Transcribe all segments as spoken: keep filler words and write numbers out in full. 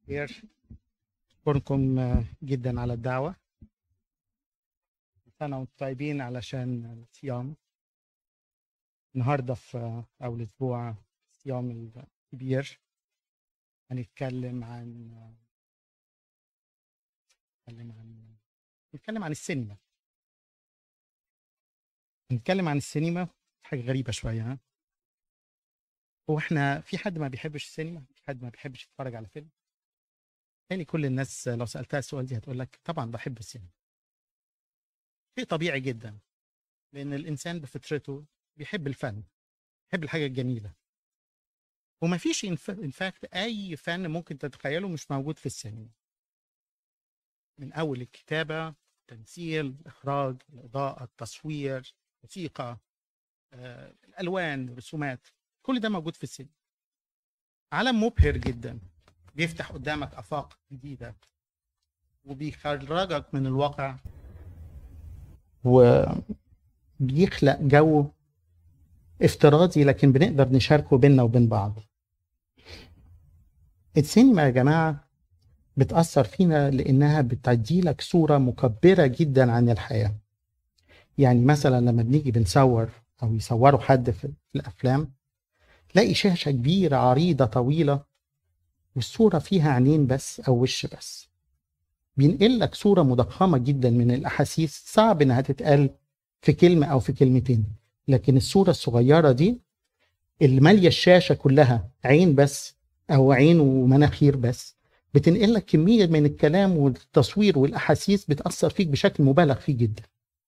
خير. أشكركم جدا على الدعوة. سنة وانتم طيبين علشان الصيام. النهاردة في أول أسبوع الصيام الكبير هنتكلم عن نتكلم عن نتكلم عن السينما. نتكلم عن السينما حاجة غريبة شوية. ها هو احنا في حد ما بيحبش السينما؟ في حد ما بيحبش يتفرج على فيلم؟ يعني كل الناس لو سألتها السؤال دي هتقول لك طبعا بحب السينما. شيء طبيعي جدا، لأن الإنسان بفطرته بيحب الفن، بيحب الحاجة الجميلة. وما فيش انفاكت أي فن ممكن تتخيله مش موجود في السينما، من أول الكتابة، التمثيل، الإخراج، الإضاءة، التصوير، الموسيقى، آه، الألوان، الرسومات، كل ده موجود في السينما. عالم مبهر جدا بيفتح قدامك آفاق جديدة وبيخرجك من الواقع وبيخلق جو افتراضي لكن بنقدر نشاركه بيننا وبين بعض. السينما يا جماعة بتأثر فينا لأنها بتدي لك صورة مكبرة جدا عن الحياة. يعني مثلا لما بنيجي بنصور أو يصوروا حد في الأفلام، تلاقي شاشة كبيرة عريضة طويلة والصورة فيها عينين بس أو وش بس، بينقل لك صورة مضخمة جدا من الأحاسيس صعب إنها تتقال في كلمة أو في كلمتين. لكن الصورة الصغيرة دي اللي مالية الشاشة كلها عين بس أو عين ومناخير بس، بتنقل لك كمية من الكلام والتصوير والأحاسيس بتأثر فيك بشكل مبالغ فيه جدا.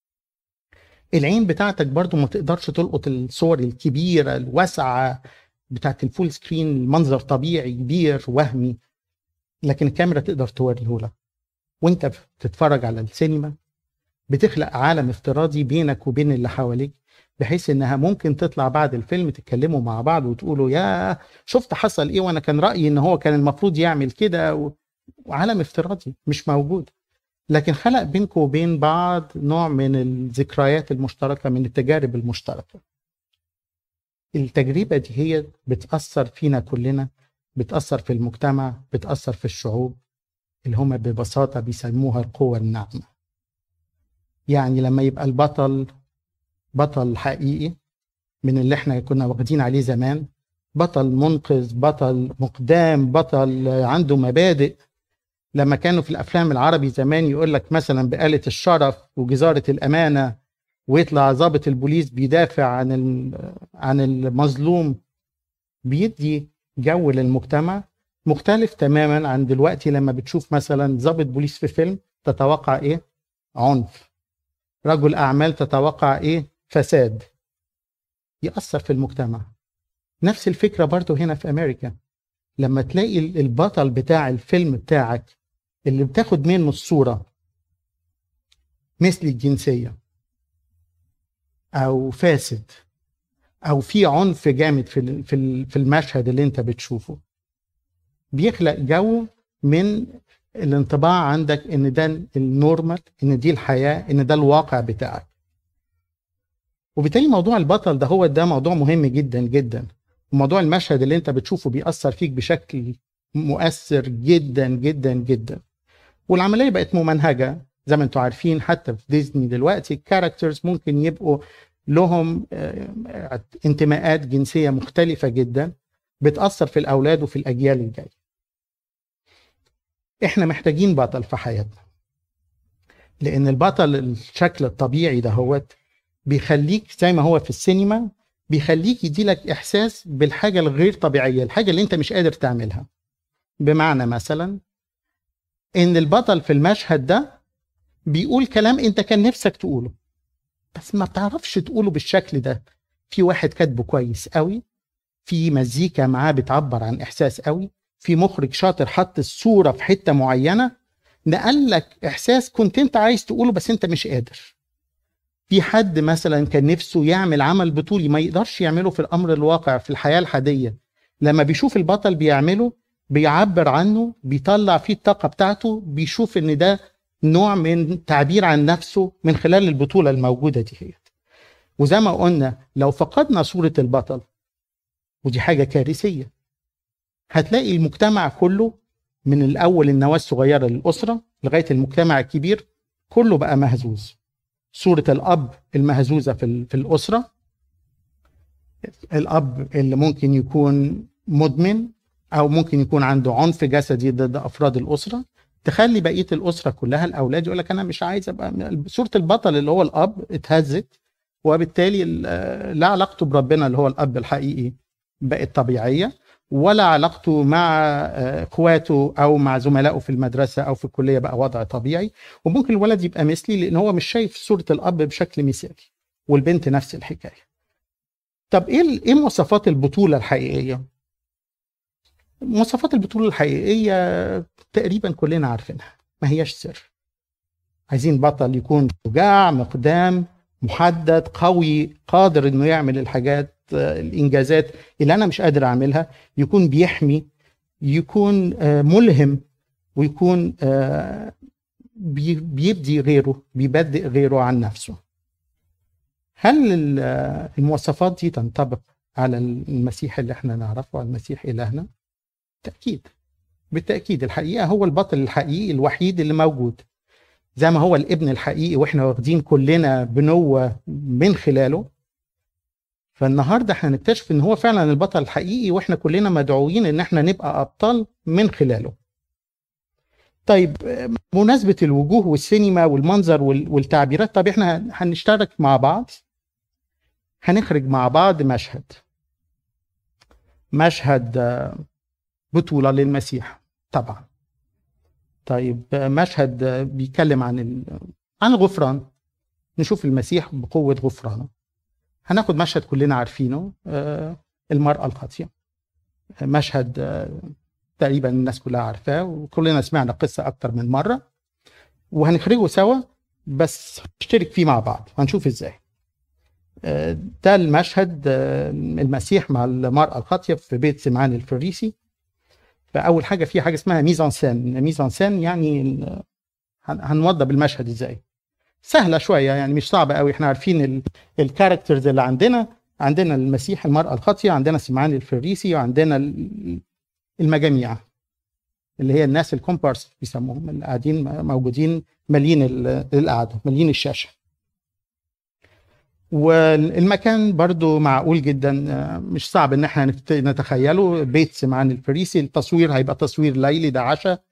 العين بتاعتك برضو ما تقدرش تلقط الصور الكبيرة الواسعة بتاعت الفول سكرين، المنظر طبيعي كبير وهمي، لكن الكاميرا تقدر توريه لك. وانت بتتفرج على السينما بتخلق عالم افتراضي بينك وبين اللي حواليك، بحيث انها ممكن تطلع بعد الفيلم تتكلموا مع بعض وتقولوا يا شفت حصل ايه وانا كان رأيي ان هو كان المفروض يعمل كده و... وعالم افتراضي مش موجود، لكن خلق بينكم وبين بعض نوع من الذكريات المشتركة، من التجارب المشتركة. التجربة دي هي بتأثر فينا كلنا، بتأثر في المجتمع، بتأثر في الشعوب اللي هم ببساطة بيسموها القوة الناعمة. يعني لما يبقى البطل بطل حقيقي من اللي احنا كنا واخدين عليه زمان، بطل منقذ، بطل مقدام، بطل عنده مبادئ. لما كانوا في الأفلام العربي زمان يقول لك مثلا بآلة الشرف وجزارة الأمانة، ويطلع ضابط البوليس بيدافع عن عن المظلوم، بيدي جو للمجتمع مختلف تماما عن دلوقتي. لما بتشوف مثلا ضابط بوليس في فيلم تتوقع ايه؟ عنف. رجل أعمال تتوقع ايه؟ فساد. يأثر في المجتمع. نفس الفكرة برضو هنا في أمريكا، لما تلاقي البطل بتاع الفيلم بتاعك اللي بتاخد منه الصورة مثل الجنسية أو فاسد أو في عنف جامد في في المشهد اللي انت بتشوفه، بيخلق جو من الانطباع عندك ان ده النورمال، ان دي الحياة، ان ده الواقع بتاعك. وبالتالي موضوع البطل ده هو ده موضوع مهم جدا جدا. وموضوع المشهد اللي انت بتشوفه بيأثر فيك بشكل مؤثر جدا جدا جدا. والعملية بقت ممنهجة زي ما انتم عارفين. حتى في ديزني دلوقتي الكاركترز ممكن يبقوا لهم انتماءات جنسية مختلفة جدا، بتأثر في الأولاد وفي الأجيال الجاية. احنا محتاجين بطل في حياتنا، لأن البطل الشكل الطبيعي ده هو بيخليك زي ما هو في السينما، بيخليك يديلك إحساس بالحاجة الغير طبيعية، الحاجة اللي انت مش قادر تعملها. بمعنى مثلا ان البطل في المشهد ده بيقول كلام انت كان نفسك تقوله بس ما بتعرفش تقوله بالشكل ده. في واحد كاتبه كويس قوي، في مزيكا معاه بتعبر عن احساس قوي، في مخرج شاطر حط الصورة في حتة معينة نقل لك احساس كنت انت عايز تقوله بس انت مش قادر. في حد مثلا كان نفسه يعمل عمل بطولي ما يقدرش يعمله في الامر الواقع في الحياة الحادية، لما بيشوف البطل بيعمله بيعبر عنه، بيطلع فيه الطاقة بتاعته، بيشوف ان ده نوع من تعبير عن نفسه من خلال البطولة الموجودة دي هي. وزي ما قلنا لو فقدنا صورة البطل، ودي حاجة كارثية، هتلاقي المجتمع كله من الاول النواه الصغيره للاسره لغايه المجتمع الكبير كله بقى مهزوز. صوره الاب المهزوزه في في الاسره، الاب اللي ممكن يكون مدمن او ممكن يكون عنده عنف جسدي ضد افراد الاسره، تخلي بقيه الاسره كلها الاولاد يقول لك انا مش عايز ابقى. صوره البطل اللي هو الاب اتهزت، وبالتالي لا علاقته بربنا اللي هو الاب الحقيقي بقت طبيعيه، ولا علاقته مع اخواته او مع زملائه في المدرسه او في الكليه بقى وضع طبيعي. وممكن الولد يبقى مثلي لان هو مش شايف صوره الاب بشكل مثالي، والبنت نفس الحكايه. طب ايه ايه مواصفات البطوله الحقيقيه؟ مواصفات البطوله الحقيقيه تقريبا كلنا عارفينها، ما هياش سر. عايزين بطل يكون شجاع، مقدام، محدد، قوي، قادر انه يعمل الحاجات الانجازات اللي انا مش قادر اعملها، يكون بيحمي، يكون ملهم، ويكون بيبدي غيره، بيبدئ غيره عن نفسه. هل المواصفات دي تنطبق على المسيح اللي احنا نعرفه، على المسيح إلهنا؟ بالتأكيد، بالتأكيد. الحقيقة هو البطل الحقيقي الوحيد اللي موجود، زي ما هو الابن الحقيقي واحنا واخدين كلنا بنوة من خلاله. فالنهاردة احنا نكتشف ان هو فعلا البطل الحقيقي، واحنا كلنا مدعوين ان احنا نبقى أبطال من خلاله. طيب بمناسبة الوجوه والسينما والمنظر والتعبيرات، طب احنا هنشترك مع بعض، هنخرج مع بعض مشهد مشهد بطولة للمسيح طبعا. طيب مشهد بيتكلم عن ال... عن الغفران، نشوف المسيح بقوة غفرانه. هناخد مشهد كلنا عارفينه، المرأة الخاطئة، مشهد تقريبا الناس كلها عارفاه وكلنا سمعنا قصة أكتر من مرة، وهنخرجه سوا بس نشترك فيه مع بعض وهنشوف ازاي. ده المشهد المسيح مع المرأة الخاطئة في بيت سمعان الفريسي. فأول حاجة في حاجة اسمها ميزان سين. ميزان سين يعني هنوضب المشهد ازاي. سهلة شوية يعني، مش صعبة قوي. احنا عارفين الكاركترز اللي عندنا عندنا المسيح، المرأة الخاطئة، عندنا سمعان الفريسي، وعندنا المجاميع اللي هي الناس الكومبارس بيسموهم، اللي قاعدين موجودين مالين القعدة، مالين الشاشة. والمكان برضو معقول جدا، مش صعب ان احنا نتخيله. بيت سمعان الفريسي، التصوير هيبقى تصوير ليلي، ده عشاء،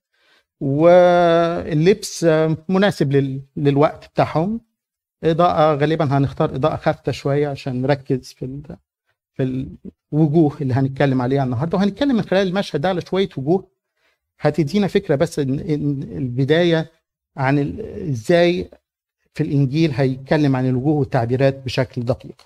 واللبس مناسب لل... للوقت بتاعهم. اضاءة غالبا هنختار اضاءة خافتة شوية عشان نركز في ال... في الوجوه اللي هنتكلم عليها النهارده. وهنتكلم من خلال المشهد ده على شوية وجوه هتدينا فكرة بس إن البداية عن ال... ازاي في الإنجيل هيتكلم عن الوجوه والتعبيرات بشكل دقيق.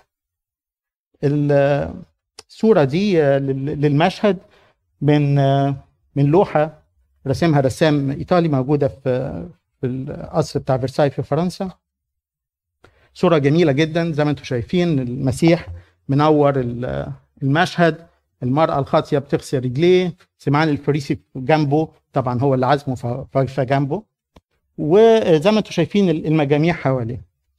الصورة دي للمشهد من من لوحة رسمها رسام إيطالي موجودة في في القصر بتاع فرساي في فرنسا. صورة جميلة جدا زي ما انتم شايفين، المسيح منور المشهد، المرأة الخاطية بتغسل رجليه، سمعان الفريسي جنبه، طبعا هو اللي عازمه فجنبه، وزي ما انتم شايفين المجاميع حواليه.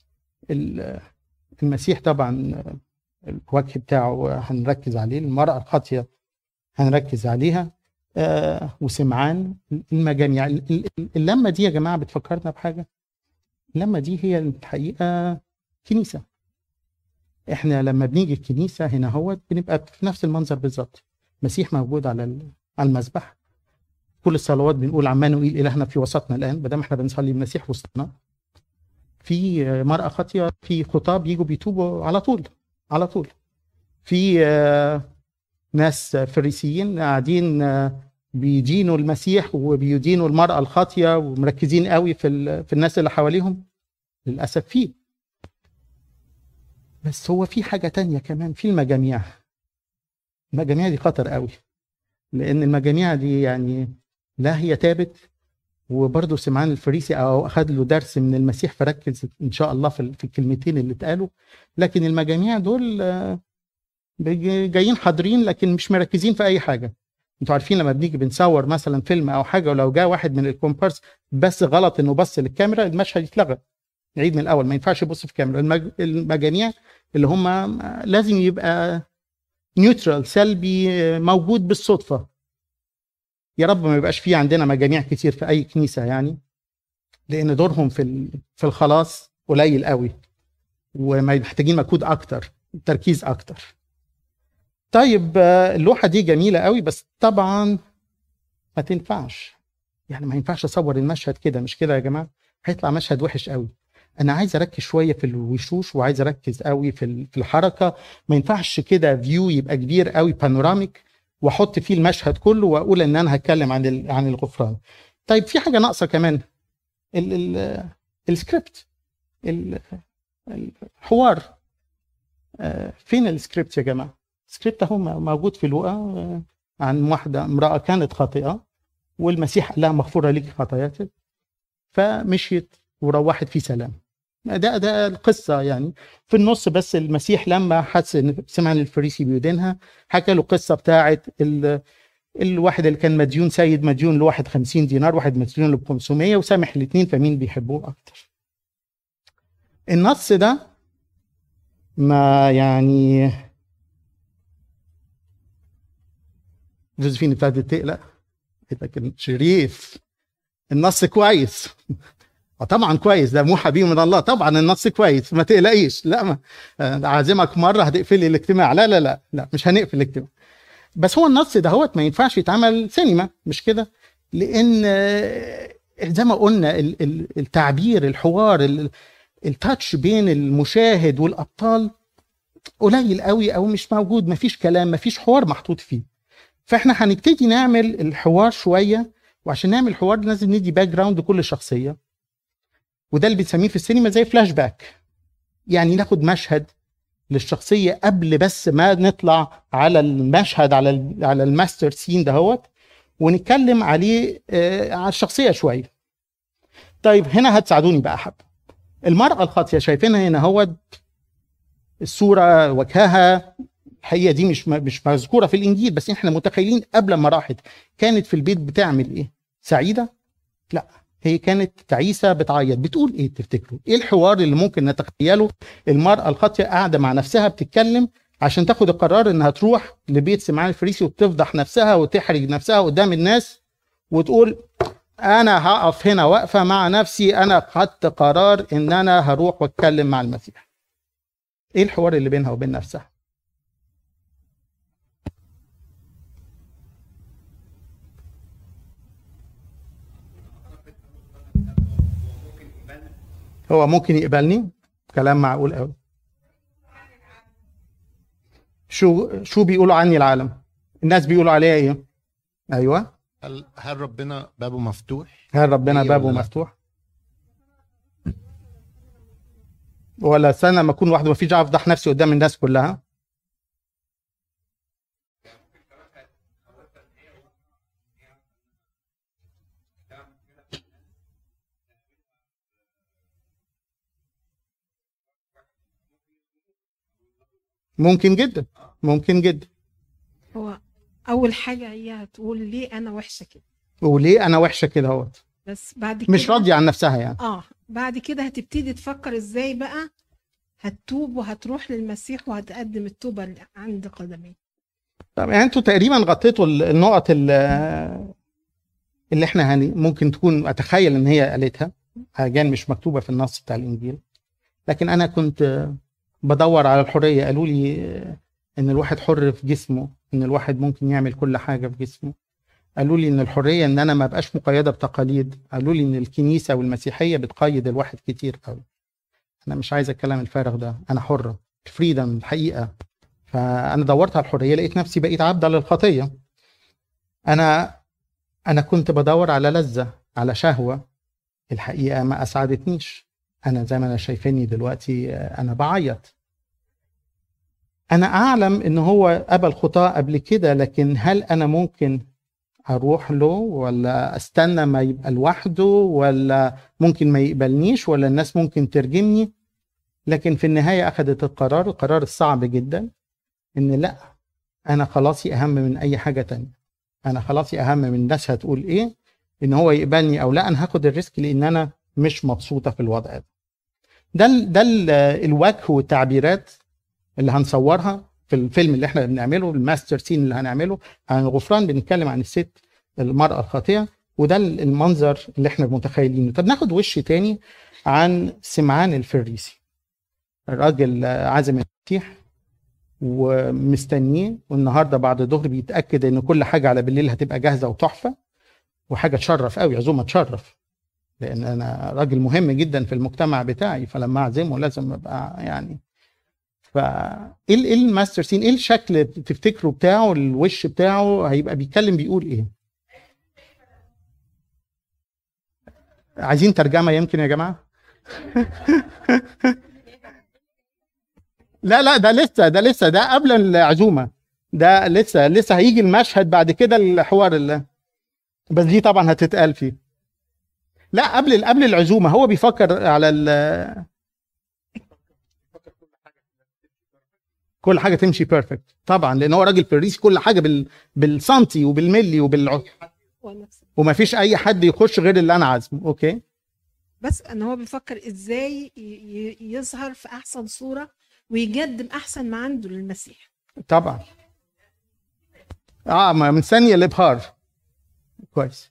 المسيح طبعا الوجه بتاعه هنركز عليه، المرأة الخاطية هنركز عليها، آه وسمعان، المجاميع. اللمة دي يا جماعة بتفكرنا بحاجة. اللمة دي هي الحقيقة كنيسة. احنا لما بنيجي الكنيسة هنا هو بنبقى في نفس المنظر بالظبط. مسيح موجود على على المذبح، كل الصلوات بنقول عمانوئيل إلهنا في وسطنا الآن، بدل احنا بنصلي المسيح وسطنا. في مرأة خاطية، في خطاب يجوا بيتوبوا على طول على طول. في ناس فريسيين قاعدين بيدينوا المسيح وبيدينوا المرأة الخاطية ومركزين قوي في في الناس اللي حواليهم. للأسف فيه. بس هو في حاجة تانية كمان، في المجاميع. المجاميع دي خطر قوي، لأن المجاميع دي يعني لا هي تابت، وبرضه سمعان الفريسي أو أخذ له درس من المسيح فركز إن شاء الله في الكلمتين اللي اتقالوا. لكن المجاميع دول جايين حاضرين لكن مش مركزين في أي حاجة. انتوا عارفين لما بنيجي بنصور مثلا فيلم أو حاجة، ولو جاء واحد من الكومبارس بس غلط إنه بص للكاميرا، المشهد يتلغى، نعيد من الأول، ما ينفعش يبص في الكاميرا. المج... المجاميع اللي هم لازم يبقى نيوترال، سلبي، موجود بالصدفة. يا رب ما يبقاش فيه عندنا مجاميع كتير في اي كنيسه يعني، لان دورهم في في الخلاص قليل قوي ومحتاجين مجهود اكتر، تركيز اكتر. طيب اللوحه دي جميله قوي بس طبعا ما تنفعش، يعني ما ينفعش اصور المشهد كده، مش كده يا جماعه، هيطلع مشهد وحش قوي. انا عايز اركز شويه في الوشوش وعايز اركز قوي في في الحركه، ما ينفعش كده فيو يبقى كبير قوي بانوراميك واحط فيه المشهد كله واقول ان انا هتكلم عن عن الغفران. طيب في حاجه ناقصه كمان، ال ال السكريبت، الحوار. فين السكريبت يا جماعه؟ السكريبت اهو موجود في لوقا عن واحده امراه كانت خاطئه والمسيح قال لها مغفوره لك خطاياك، فمشيت وروحت في سلام. ده ده القصه يعني. في النص بس المسيح لما حس ان سمع ان الفريسي بيدينها، حكى له قصه بتاعه الواحد اللي كان مديون، سيد مديون لواحد خمسين دينار، واحد مديون له ب خمسمية، وسامح الاثنين، فمين بيحبوه اكتر؟ النص ده ما يعني جوزفين ابتدت تقلق، لكن شريف النص كويس. طبعا كويس، ده موحى بيه من الله، طبعا النص كويس ما تقلقيش. لا ما اعزمك مره هتقفلي الاجتماع، لا لا لا لا مش هنقفل الاجتماع. بس هو النص ده هو ما ينفعش يتعمل سينما، مش كده؟ لان زي ما قلنا التعبير، الحوار، التاتش بين المشاهد والابطال قليل قوي او مش موجود، مفيش كلام، مفيش حوار محطوط فيه. فاحنا هنبتدي نعمل الحوار شويه، وعشان نعمل حوار لازم ندي باك جراوند لكل شخصيه، وده اللي بنسميه في السينما زي فلاش باك. يعني ناخد مشهد للشخصيه قبل بس ما نطلع على المشهد، على على الماستر سين دهوت، ونتكلم عليه آه على الشخصيه شويه. طيب هنا هتساعدوني بقى حب. المراه الخاطيه شايفينها هنا هو الصوره، وجهها الحقيقه دي مش مش مذكوره في الانجيل، بس احنا متخيلين قبل ما راحت كانت في البيت بتعمل ايه؟ سعيده؟ لا، هي كانت تعيسه بتعيط. بتقول ايه تفتكروا؟ ايه الحوار اللي ممكن نتخيله؟ المراه الخاطيه قاعده مع نفسها بتتكلم عشان تاخد القرار انها تروح لبيت سمعان الفريسي وتفضح نفسها وتحرج نفسها قدام الناس وتقول انا هقف هنا واقفه مع نفسي، انا خدت قرار ان انا هروح واتكلم مع المسيح. ايه الحوار اللي بينها وبين نفسها؟ هو ممكن يقبلني؟ كلام معقول قوي. شو شو بيقولوا عني العالم؟ الناس بيقولوا عليها ايه؟ ايوه، هل هل ربنا بابه مفتوح؟ هل ربنا بابه مفتوح؟ ولا استنى لما اكون لوحدي ما فيش افضح نفسي قدام الناس كلها؟ ممكن جدا، ممكن جدا. هو اول حاجه هي هتقول ليه انا وحشه كده، وليه انا وحشه كده اهوت، بس بعد كده مش راضيه عن نفسها يعني. اه بعد كده هتبتدي تفكر ازاي بقى هتتوب وهتروح للمسيح وهتقدم التوبه اللي عند قدميه. طب يعني انتوا تقريبا غطيتوا النقط اللي احنا هني ممكن تكون اتخيل ان هي قالتها، حاجات مش مكتوبه في النص بتاع الانجيل. لكن انا كنت بدور على الحريه، قالوا لي ان الواحد حر في جسمه، ان الواحد ممكن يعمل كل حاجه في جسمه. قالوا لي ان الحريه ان انا ما بقاش مقيده بتقاليد. قالوا لي ان الكنيسه والمسيحيه بتقيد الواحد كتير قوي. انا مش عايز الكلام الفارغ ده، انا حره، الفريدم الحقيقه. فانا دورت على الحريه لقيت نفسي بقيت عبده للخطيه. انا انا كنت بدور على لذه، على شهوه، الحقيقه ما اسعدتنيش. انا زي ما انا شايفيني دلوقتي انا بعيط. انا اعلم ان هو ابى الخطاه قبل كده، لكن هل انا ممكن اروح له ولا استنى ما يبقى لوحده، ولا ممكن ما يقبلنيش، ولا الناس ممكن ترجمني؟ لكن في النهايه اخذت القرار، القرار الصعب جدا، ان لا، انا خلاصي اهم من اي حاجه تانية. انا خلاصي اهم من الناس هتقول ايه، ان هو يقبلني او لا. انا هاخد الريسك لان انا مش مبسوطه في الوضع ده. ده ال ده ال الوجه والتعبيرات اللي هنصورها في الفيلم اللي احنا بنعمله، الماستر سين اللي هنعمله عن الغفران. بنتكلم عن الست المرأة الخاطئة، وده المنظر اللي احنا متخيلينه. طب ناخد وش تاني عن سمعان الفريسي. الراجل عازم المسيح ومستنيه، والنهارده بعد الظهر بيتاكد ان كل حاجه على بالليل هتبقى جاهزه وتحفه، وحاجه تشرف قوي، عزومه تشرف، لان انا راجل مهم جدا في المجتمع بتاعي، فلما اعزمه لازم ابقى يعني. فا ايه ايه الماستر سين، ايه الشكل تفتكروا بتاعه، الوش بتاعه هيبقى بيتكلم بيقول ايه؟ عايزين ترجمه يمكن يا جماعه؟ لا لا ده لسه ده لسه ده قبل العزومه، ده لسه لسه هيجي المشهد بعد كده الحوار اللي بس دي طبعا هتتقال فيه. لا قبل قبل العزومه هو بيفكر على ال كل حاجه تمشي بيرفكت طبعا، لان هو راجل فريسي، كل حاجه بال بالسنتي وبالملي وبال وما فيش اي حد يخش غير اللي انا عازمه. اوكي، بس ان هو بيفكر ازاي ي- ي- يظهر في احسن صورة ويقدم احسن ما عنده للمسيح. طبعا اه ما من ثانيه الابهار. كويس،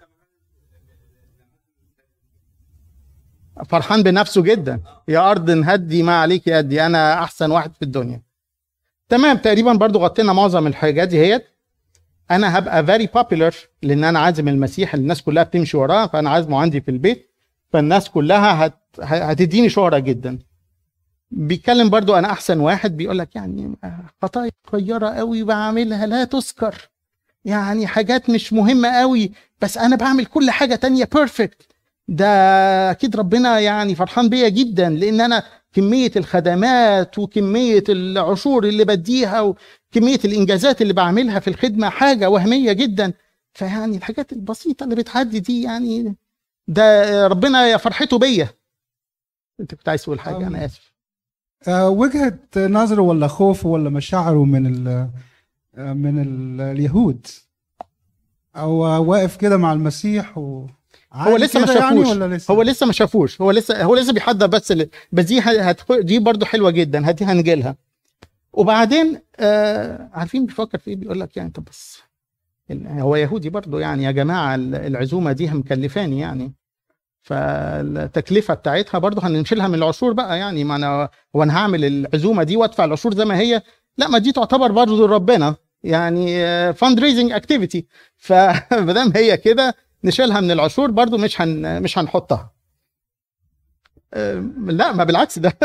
فرحان بنفسه جدا، يا ارض انهدي ما عليك يا قدي، انا احسن واحد في الدنيا. تمام، تقريبا برضو غطينا معظم الحاجات دي. هي انا هبقى فيري بوبيلر لان انا عازم المسيح، الناس كلها بتمشي وراه، فانا عازمه عندي في البيت، فالناس كلها هت... هتديني شهرة جدا. بيتكلم برضو انا احسن واحد، بيقول لك يعني خطايا صغيره قوي بعملها لا تذكر، يعني حاجات مش مهمه قوي، بس انا بعمل كل حاجه تانية بيرفكت. ده اكيد ربنا يعني فرحان بيا جدا، لان انا كميه الخدمات وكميه العشور اللي بديها وكميه الانجازات اللي بعملها في الخدمه حاجه وهميه جدا. فيعني الحاجات البسيطه اللي بتعدي دي يعني ده ربنا يا فرحته بيا. انت كنت عايز تقول حاجه؟ انا اسف. آه، وجهة نظره ولا خوفه ولا مشاعره من ال من ال اليهود، او واقف كده مع المسيح و هو لسه ما كده يعني شافوش، ولا لسه؟ هو لسه ما شافوش، هو لسه هو لسه بيحضر بس ال... بس دي هت... دي برضو حلوه جدا، هدي هنجي لها. وبعدين آه عارفين بيفكر في ايه؟ بيقول لك يعني طب بس هو يهودي برضو يعني، يا جماعه العزومه دي مكلفاني يعني، فالتكلفه بتاعتها برضو هنشيلها من العشور بقى يعني. ما انا هو انا هعمل العزومه دي وادفع العشور زي ما هي؟ لا، ما دي تعتبر برضو ربنا يعني فاند ريزنج اكتيفيتي، فما دام هي كده نشيلها من العشور برضو، مش هن مش هنحطها. أه لا، ما بالعكس ده.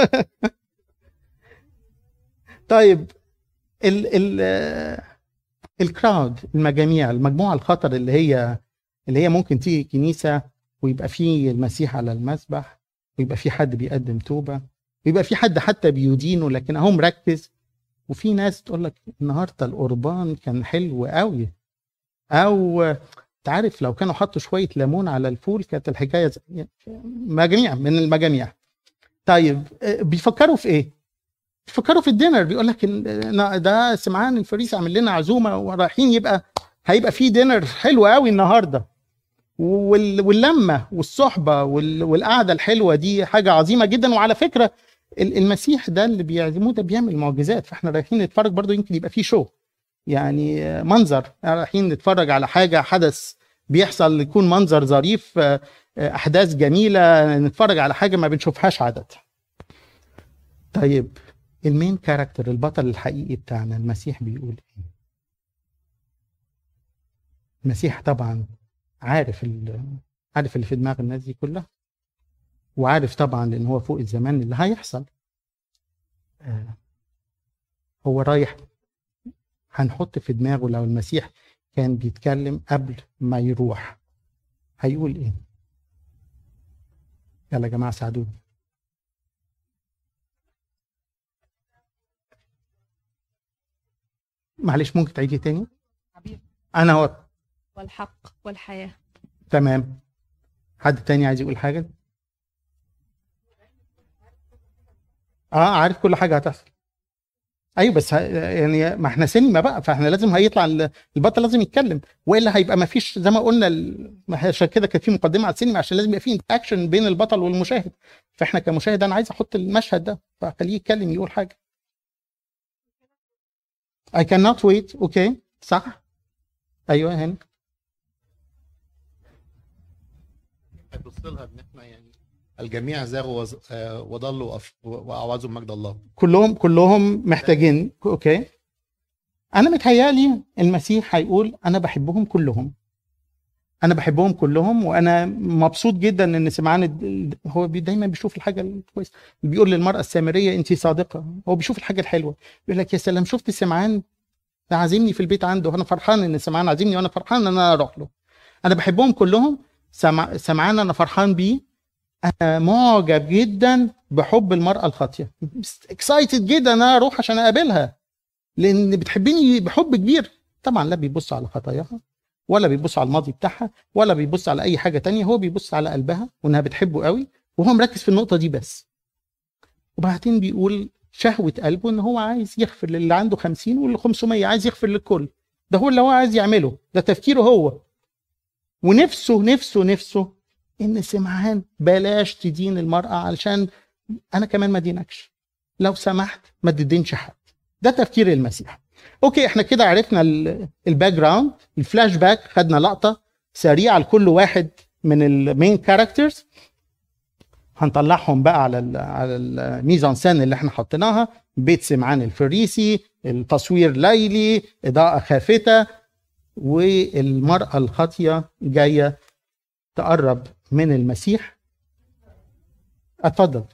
طيب ال ال الكراود، المجاميع، المجموعه الخطر اللي هي اللي هي ممكن تيجي كنيسه ويبقى فيه المسيح على المسبح، ويبقى فيه حد بيقدم توبه، ويبقى فيه حد حتى بيدينه لكن هو مركز، وفي ناس تقول لك النهارده القربان كان حلو قوي، او تعرف لو كانوا حطوا شويه ليمون على الفول كانت الحكايه. مجاميع من المجاميع. طيب بيفكروا في ايه؟ بيفكروا في الدينر. بيقول لك ده سمعان الفريسي عامل لنا عزومه ورايحين، يبقى هيبقى في دينر حلو قوي النهارده، واللمه والصحبه والقعده الحلوه دي حاجه عظيمه جدا. وعلى فكره المسيح ده اللي بيعزموه ده بيعمل معجزات، فاحنا رايحين نتفرج برضو، يمكن يبقى فيه شو يعني، منظر، رايحين نتفرج على حاجه حدث بيحصل يكون منظر ظريف، احداث جميله، نتفرج على حاجه ما بنشوفهاش عاده. طيب المين كاركتر، البطل الحقيقي بتاعنا المسيح بيقول ايه؟ المسيح طبعا عارف عارف اللي في دماغ الناس دي كلها، وعارف طبعا لان هو فوق الزمان اللي هيحصل. آه هو رايح، هنحط في دماغه لو المسيح كان بيتكلم قبل ما يروح هيقول ايه؟ يلا يا جماعه ساعدوني. معلش ممكن تعيدي تاني؟ حبيبي انا هو والحق والحياة. تمام. حد تاني عايز يقول حاجة؟ اه عارف كل حاجة هتحصل. ايوه بس ه... يعني ما احنا سينما بقى، فاحنا لازم هيطلع البطل لازم يتكلم، والا هيبقى ما فيش زي ما قلنا ال... عشان كده كان في مقدمة على السينما، عشان لازم يبقى في اكشن بين البطل والمشاهد، فاحنا كمشاهد انا عايز احط المشهد ده، فخليه يتكلم يقول حاجة. I cannot wait. اوكي okay. صح. ايوه هنا بنبص لها ان احنا يعني الجميع زاغوا وز- آه، وضلوا وأف- واعوذوا بمجد الله. كلهم كلهم محتاجين. اوكي، انا متهيالي المسيح هيقول انا بحبهم كلهم، انا بحبهم كلهم، وانا مبسوط جدا ان سمعان الد- هو بي- دايما بيشوف الحاجه الكويسه. بيقول للمراه السامريه انت صادقه، هو بيشوف الحاجه الحلوه. بيقول لك يا سلام، شفت سمعان ده عازمني في البيت عنده، انا فرحان ان سمعان عازمني وانا فرحان ان انا اروح له. انا بحبهم كلهم. سمع... سمعان انا فرحان بيه. انا معجب جدا بحب المراه الخاطيه، اكسايتد جدا ان انا اروح عشان اقابلها، لان بتحبني بحب كبير. طبعا لا بيبص على خطاياها، ولا بيبص على الماضي بتاعها، ولا بيبص على اي حاجه تانية. هو بيبص على قلبها وانها بتحبه قوي، وهو مركز في النقطه دي بس. وبعدين بيقول شهوه قلبه ان هو عايز يغفر للي عنده خمسين واللي خمسمية، عايز يغفر للكل. ده هو اللي هو عايز يعمله، ده تفكيره هو. ونفسه نفسه نفسه ان سمعان بلاش تدين المراه، علشان انا كمان ما دينكش، لو سمحت ما تدينش حد. ده تفكير المسيح. اوكي، احنا كده عرفنا الباك جراوند، الفلاش باك، خدنا لقطه سريعه لكل واحد من المين كاركترز. هنطلعهم بقى على ال على الميزان سان اللي احنا حطيناها. بيت سمعان الفريسي، التصوير ليلي، اضاءه خافته، والمراه الخاطيه جايه تقرب من المسيح. اتفضل.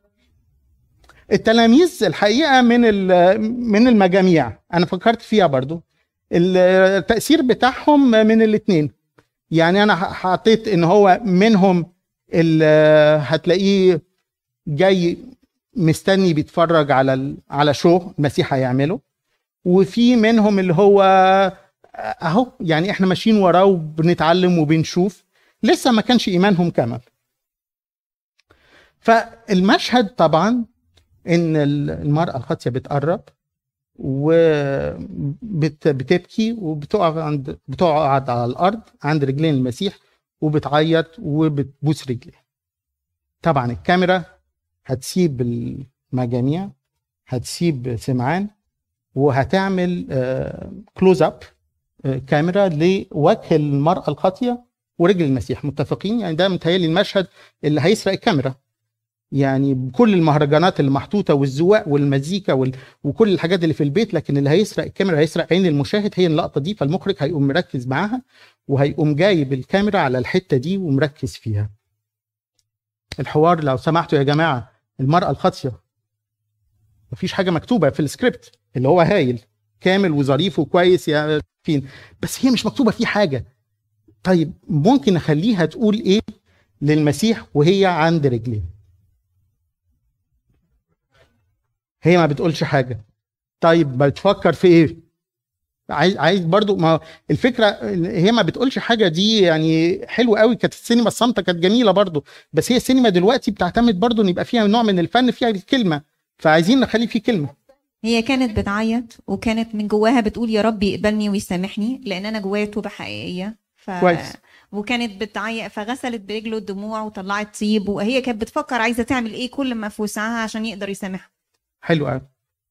التلاميذ الحقيقه من من المجاميع، انا فكرت فيها برضو. التاثير بتاعهم من الاثنين. يعني انا حطيت ان هو منهم اللي هتلاقيه جاي مستني بيتفرج على على شو المسيح هيعمله، وفي منهم اللي هو اهو يعني احنا ماشيين وراه وبنتعلم وبنشوف، لسه ما كانش ايمانهم كمل. فالمشهد طبعا ان المرأة الخاطية بتقرب وبتبكي وبتقعد عند بتقعد على الارض عند رجلين المسيح وبتعيط وبتبوس رجليه. طبعا الكاميرا هتسيب المجاميع، هتسيب سمعان، وهتعمل كلوز اب كاميرا لوجه المرأة الخاطية ورجل المسيح متفقين. يعني ده متهيألي المشهد اللي هيسرق الكاميرا. يعني بكل المهرجانات اللي محطوطه والزواق والمزيكا وال... وكل الحاجات اللي في البيت، لكن اللي هيسرق الكاميرا هيسرق عين المشاهد هي اللقطه دي. فالمخرج هيقوم مركز معاها وهيقوم جايب الكاميرا على الحته دي ومركز فيها. الحوار لو سمحتوا يا جماعه، المراه الخاطيه مفيش حاجه مكتوبه في السكريبت اللي هو هايل كامل وظريف وكويس يا فين، بس هي مش مكتوبه فيه حاجه. طيب ممكن نخليها تقول ايه للمسيح وهي عند رجليه؟ هي ما بتقولش حاجه. طيب بتفكر في ايه؟ عايز عايز برضو، ما الفكره هي ما بتقولش حاجه دي يعني حلوه قوي. كانت السينما الصامته كانت جميله برضو، بس هي السينما دلوقتي بتعتمد برضو ان يبقى فيها نوع من الفن فيها الكلمه، فعايزين نخلي فيه كلمه. هي كانت بتعيط وكانت من جواها بتقول يا رب يقبلني ويسامحني لان انا جوايا توبه حقيقيه. ف... كويس. وكانت بتعيط فغسلت برجله الدموع وطلعت طيب، وهي كانت بتفكر عايزه تعمل ايه كل ما في وسعها عشان يقدر يسامحها. حلو قوي.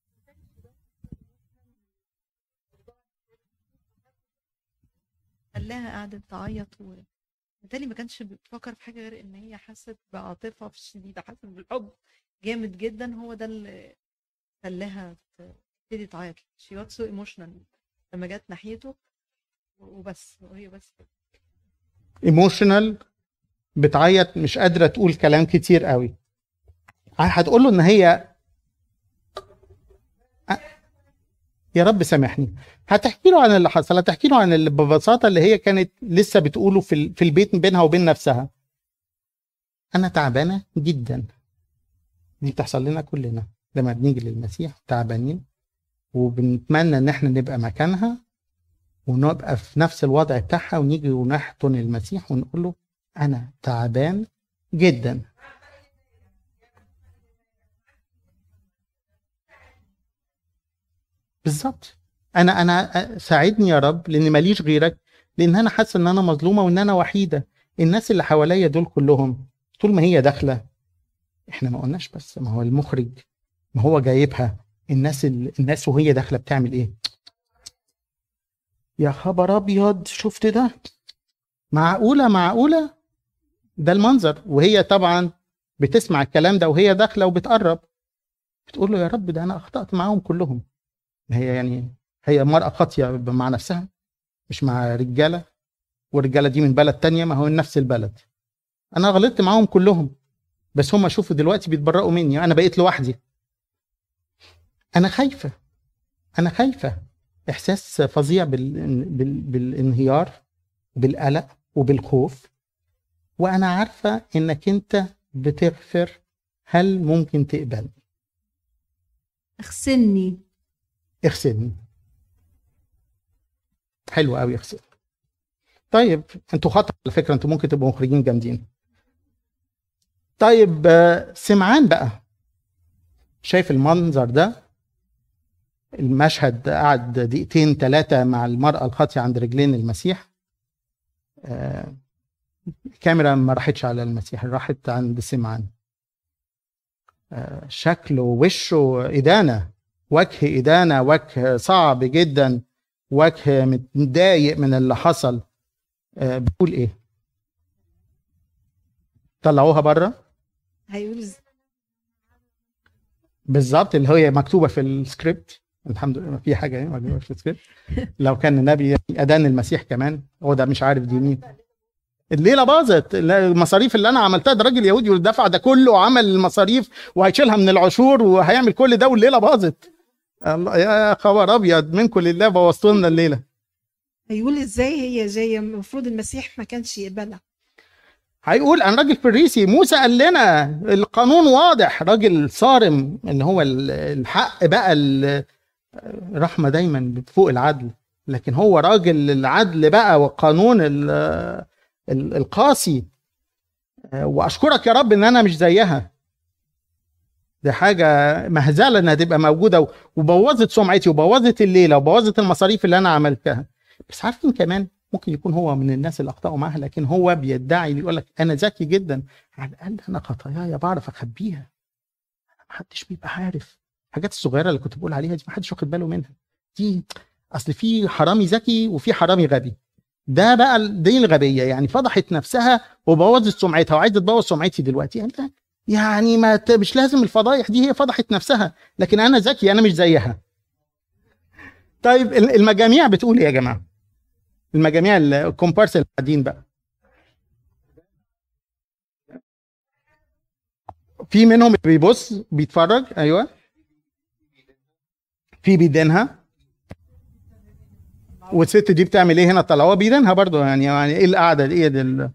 خلاها قعدت تعيط، وبالتالي ما كانش بتفكر في حاجه غير ان هي حست بعاطفه شديده، حست بالحب جامد جدا. هو ده اللي خلاها تبتدي تعيط. شي وات سو ايموشنال لما جت ناحيته وبس، وهي بس ايموشنال، بتعيط، مش قادره تقول كلام كتير قوي. هتقول له ان هي يا رب سامحني. هتحكي له عن اللي حصل، هتحكي له عن اللي ببساطه اللي هي كانت لسه بتقوله في في البيت بينها وبين نفسها. انا تعبانه جدا. دي بتحصل لنا كلنا لما بنيجي للمسيح تعبانين، وبنتمنى ان احنا نبقى مكانها ونبقى في نفس الوضع بتاعها، ونيجي ونحضن المسيح ونقول له انا تعبان جدا. بالظبط. انا انا ساعدني يا رب لان ماليش غيرك، لان انا حاسه ان انا مظلومه وان انا وحيده. الناس اللي حواليا دول كلهم طول ما هي داخله، احنا ما قلناش بس ما هو المخرج ما هو جايبها. الناس الناس وهي داخله بتعمل ايه؟ يا خبر ابيض، شفت ده؟ معقوله معقوله ده المنظر. وهي طبعا بتسمع الكلام ده وهي داخله وبتقرب، بتقول له يا رب ده انا اخطأت معاهم كلهم. هي يعني هي مرأة خاطية مع نفسها مش مع رجالة، والرجالة دي من بلد تانية، ما هو من نفس البلد. انا غلطت معاهم كلهم، بس هم شوفوا دلوقتي بيتبرئوا مني، انا بقيت لوحدي. انا خايفة انا خايفة احساس فظيع بال... بال... بالانهيار، بالقلق وبالخوف. وانا عارفة انك انت بتغفر، هل ممكن تقبل؟ اغسلني. اغسلني. حلو قوي، اغسل. طيب انتوا خطأ على فكرة، انتوا ممكن تبقوا مخرجين جامدين. طيب سمعان بقى شايف المنظر ده، المشهد قعد دقيقتين ثلاثة مع المرأة الخاطية عند رجلين المسيح. آه الكاميرا ما راحتش على المسيح، راحت عند سمعان. آه شكله وشه إدانة، وجه إدانة، وجه صعب جدا، وجه متضايق من اللي حصل. آه بيقول إيه؟ طلعوها بره. هيقول بالظبط اللي هي مكتوبة في السكريبت. الحمد لله في حاجة يعني مكتوبة في السكريبت. لو كان النبي أدان المسيح كمان، هو ده مش عارف دي مين. الليلة باظت. المصاريف اللي أنا عملتها، ده راجل يهودي ودفع ده كله وعمل المصاريف وهيشيلها من العشور وهيعمل كل ده، والليلة باظت. الله يا خبر أبيض، منكم لله بوظتوا لنا الليلة. هيقول ازاي هي جايه، المفروض المسيح ما كانش يقبلها. هيقول انا راجل فريسي، موسى قال لنا القانون واضح، راجل صارم اللي هو الحق بقى، الرحمه دايما فوق العدل، لكن هو راجل العدل بقى والقانون القاسي. واشكرك يا رب ان انا مش زيها. دي حاجه مهزله انها تبقى موجوده، وبوظت سمعتي وبوظت الليله وبوظت المصاريف اللي انا عملتها. بس عارفين كمان ممكن يكون هو من الناس اللي اخطاوا معاها، لكن هو بيدعي يقول لك انا ذكي جدا، على الاقل انا خطاياي بعرف اخبيها، ما حدش بيبقى عارف. الحاجات الصغيره اللي كنت بقول عليها دي ما حدش واخد باله منها. دي اصل في حرامي ذكي وفي حرامي غبي. ده بقى دي الغبيه، يعني فضحت نفسها وبوظت سمعتها وعايزه تبوظ سمعتي دلوقتي. انت يعني ما مش لازم الفضايح دي، هي فضحت نفسها، لكن انا ذكي، انا مش زيها. طيب المجاميع بتقول ايه يا جماعه؟ المجاميع الكومبارس اللي قاعدين بقى، في منهم بيبص بيتفرج. ايوه في بيدينها. والست دي بتعمل ايه هنا؟ طلعوها بيدينها برضو. يعني يعني ايه القعده دي؟ ايه دل...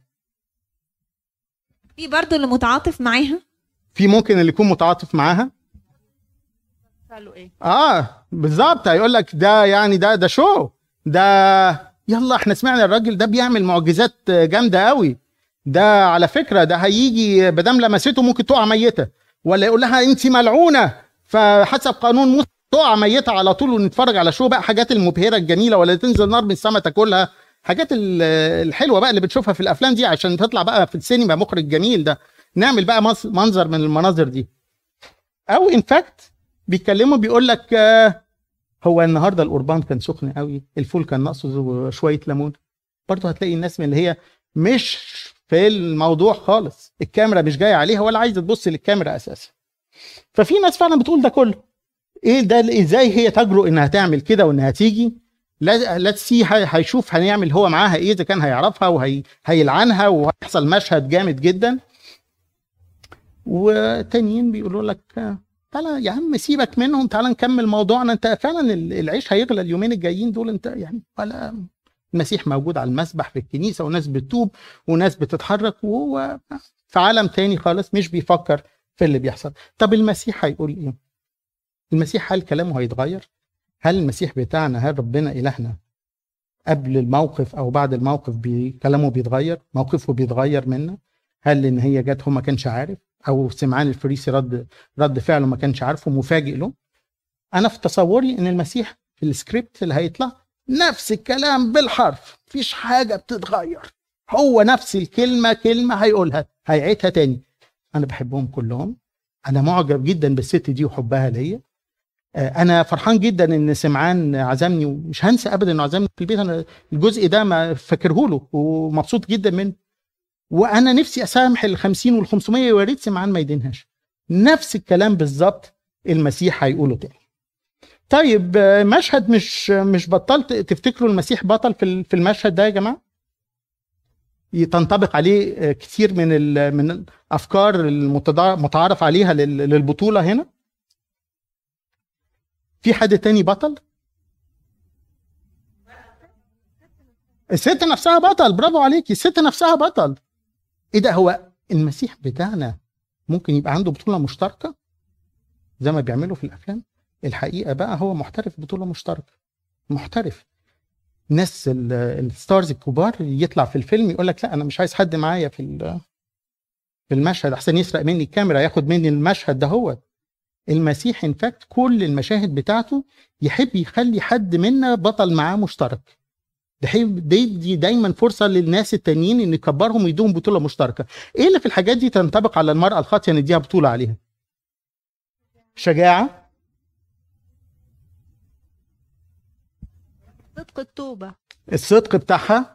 في برضو اللي متعاطف معاها، في ممكن اللي يكون متعاطف معاها. قالوا ايه؟ اه بالظبط، هيقول لك ده يعني ده ده شو ده، يلا احنا سمعنا الراجل ده بيعمل معجزات جامده قوي، ده على فكره ده هيجي بدام لمسته ممكن تقع ميته، ولا يقول لها انت ملعونه فحسب قانون موسى تقع ميته على طول، ونتفرج على شو بقى، حاجات المبهره الجميله، ولا تنزل نار من السما تاكلها، حاجات الحلوه بقى اللي بتشوفها في الافلام دي عشان تطلع بقى في السينما مخرج جميل. ده نعمل بقى منظر من المناظر دي. او ان فاكت بيتكلموا بيقول لك آه هو النهارده القربان كان سخن قوي، الفول كان ناقصه شويه ليمون. برضه هتلاقي الناس من اللي هي مش في الموضوع خالص، الكاميرا مش جايه عليها ولا عايزه تبص للكاميرا اساسا. ففي ناس فعلا بتقول ده كله. ايه ده؟ ازاي هي تجرؤ انها تعمل كده وانها تيجي؟ لا لا سي هيشوف هنعمل هو معاها ايه، اذا كان هيعرفها وهيلعنها وهيحصل مشهد جامد جدا. وتانيين بيقولوا لك تعالى يا عم سيبك منهم، تعالى نكمل موضوعنا، انت فعلا العيش هيغلى اليومين الجايين دول، انت يعني ولا المسيح موجود على المسبح في الكنيسه وناس بتتوب وناس بتتحرك، وهو في عالم تاني خالص مش بيفكر في اللي بيحصل. طب المسيح هيقول ايه؟ المسيح هل كلامه هيتغير؟ هل المسيح بتاعنا، هل ربنا إلهنا قبل الموقف او بعد الموقف بي كلامه بيتغير، موقفه بيتغير منا؟ هل ان هي جت هو ما كانش عارف، او سمعان الفريسي رد رد فعله ما كانش عارفه مفاجئ له؟ انا في تصوري ان المسيح في السكريبت اللي هيطلع نفس الكلام بالحرف، مفيش حاجه بتتغير، هو نفس الكلمه كلمه هيقولها هيعيدها تاني. انا بحبهم كلهم، انا معجب جدا بالست دي وحبها ليا، انا فرحان جدا ان سمعان عزمني، ومش هنسى ابدا انه عزمني في البيت. انا الجزء ده ما فاكره له ومبسوط جدا منه. وانا نفسي اسامح ال خمسين وال خمسمية ويا ريت سمعان ما يدينهاش. نفس الكلام بالظبط المسيح هيقوله تاني. طيب مشهد مش مش بطلت تفتكروا المسيح بطل في في المشهد ده يا جماعه؟ تنطبق عليه كتير من من الافكار المتعارف عليها للبطوله هنا. في حد تاني بطل؟ الست نفسها بطل، برافو عليكي، الست نفسها بطل. ايه ده، هو المسيح بتاعنا ممكن يبقى عنده بطوله مشتركه زي ما بيعملوا في الافلام؟ الحقيقه بقى هو محترف بطوله مشتركه، محترف. ناس الستارز الكبار يطلع في الفيلم يقول لك لا انا مش عايز حد معايا في في المشهد احسن يسرق مني الكاميرا، ياخد مني المشهد ده. هو المسيح ان فاكت كل المشاهد بتاعته يحب يخلي حد منا بطل معاه مشترك. ده يدي دايما فرصه للناس التانيين ان يكبرهم ويدوهم بطوله مشتركه. ايه اللي في الحاجات دي تنطبق على المراه الخاطئه نديها بطوله عليها؟ شجاعه، صدق التوبه، الصدق بتاعها،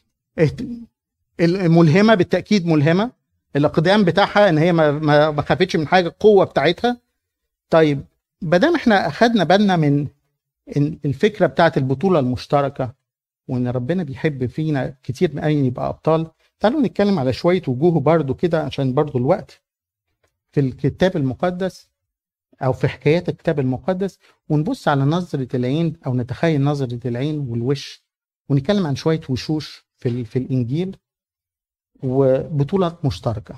الملهمه بالتاكيد ملهمه، الاقدام بتاعها ان هي ما ما خافتش من حاجه، القوه بتاعتها. طيب بدل احنا اخدنا بالنا من الفكره بتاعت البطوله المشتركه وان ربنا بيحب فينا كتير من ان يبقى ابطال، تعالوا نتكلم على شويه وجوه برضو كده عشان برضو الوقت في الكتاب المقدس او في حكايات الكتاب المقدس، ونبص على نظره العين او نتخيل نظره العين والوش، ونتكلم عن شويه وشوش في في الانجيل وبطوله مشتركه.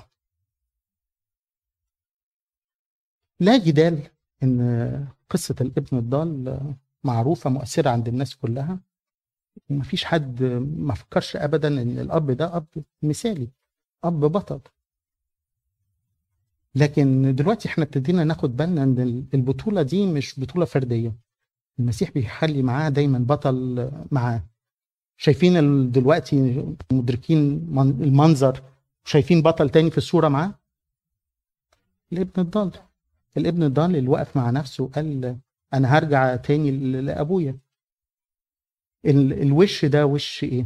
لا جدال ان قصه الابن الضال معروفه مؤثره عند الناس كلها، ومفيش حد ما فكرش ابدا ان الاب ده اب مثالي، اب بطل. لكن دلوقتي احنا ابتدينا ناخد بالنا ان البطوله دي مش بطوله فرديه، المسيح بيخلي معاه دايما بطل معاه. شايفين دلوقتي مدركين المنظر، شايفين بطل تاني في الصوره معاه؟ الابن الضال. الابن الضال اللي وقف مع نفسه وقال انا هرجع تاني لابويا. الوش ده وش ايه؟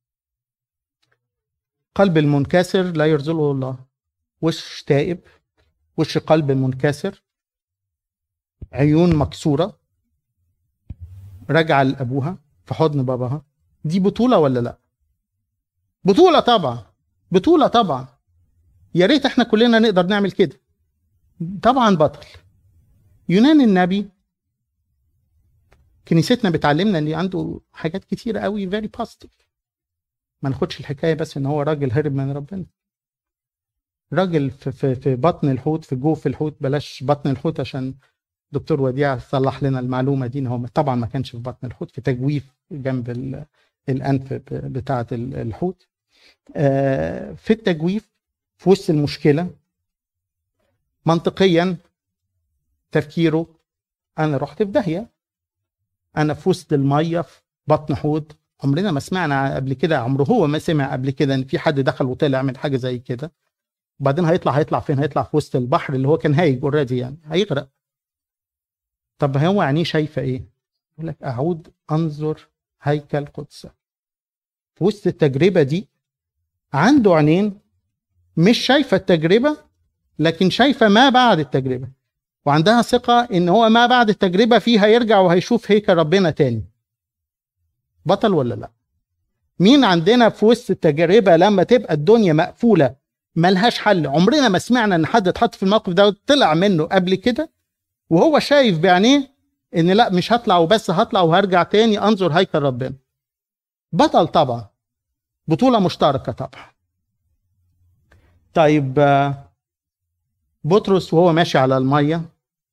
قلب المنكسر لا يرزقه الله. وش تائب، وش قلب منكسر، عيون مكسوره، راجعه لابوها في حضن باباها. دي بطوله ولا لا؟ بطوله طبعا، بطوله طبعا. يا ريت احنا كلنا نقدر نعمل كده. طبعا بطل. يونان النبي كنيستنا بتعلمنا ان عنده حاجات كتيره قوي very positive. ما ناخدش الحكايه بس ان هو راجل هرب من ربنا. راجل في, في, في بطن الحوت، في جوف الحوت، بلاش بطن الحوت عشان دكتور وديع صلح لنا المعلومه دي ان هو طبعا ما كانش في بطن الحوت، في تجويف جنب الانف بتاعه الحوت. في التجويف في وسط المشكله منطقيا تفكيره انا رحت في داهيه، انا في وسط الميه في بطن حوت. عمرنا ما سمعنا قبل كده، عمره هو ما سمع قبل كده ان في حد دخل وطلع من حاجه زي كده. وبعدين هيطلع هيطلع فين؟ هيطلع في وسط البحر اللي هو كان هايج اوريدي، يعني هيغرق. طب هو يعني شايفه ايه؟ يقول لك اعود انظر هيكل قدسك. في وسط التجربه دي عنده عينين، مش شايفه التجربه لكن شايفه ما بعد التجربه، وعندها ثقه ان هو ما بعد التجربه فيه هيرجع وهيشوف هيكل ربنا تاني. بطل ولا لا؟ مين عندنا في وسط التجربه لما تبقى الدنيا مقفوله ملهاش حل، عمرنا ما سمعنا ان حد اتحط في الموقف ده طلع منه قبل كده وهو شايف بعينيه ان لا مش هطلع وبس، هطلع وهرجع تاني انظر هيكل ربنا؟ بطل طبعا، بطوله مشتركه طبعا. طيب بطرس وهو ماشي على الميه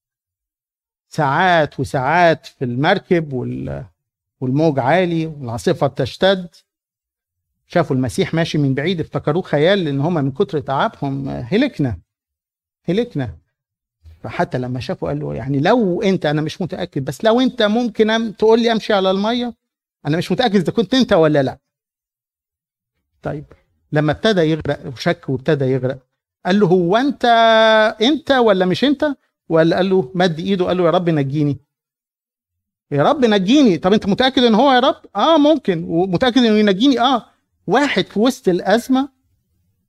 ساعات وساعات في المركب والموج عالي والعاصفه بتشتد، شافوا المسيح ماشي من بعيد افتكروه خيال لان هم من كتر تعبهم هلكنا هلكنا. فحتى لما شافوا قال له يعني لو انت، انا مش متاكد بس لو انت ممكن تقول لي امشي على الميه، انا مش متاكد اذا كنت انت ولا لا. طيب لما ابتدى يغرق وشك وابتدى يغرق قال له هو انت انت ولا مش انت؟ ولا قال له مد ايده قال له يا رب نجيني، يا رب نجيني. طب انت متاكد ان هو يا رب؟ اه ممكن، ومتاكد انه ينجيني. اه واحد في وسط الازمه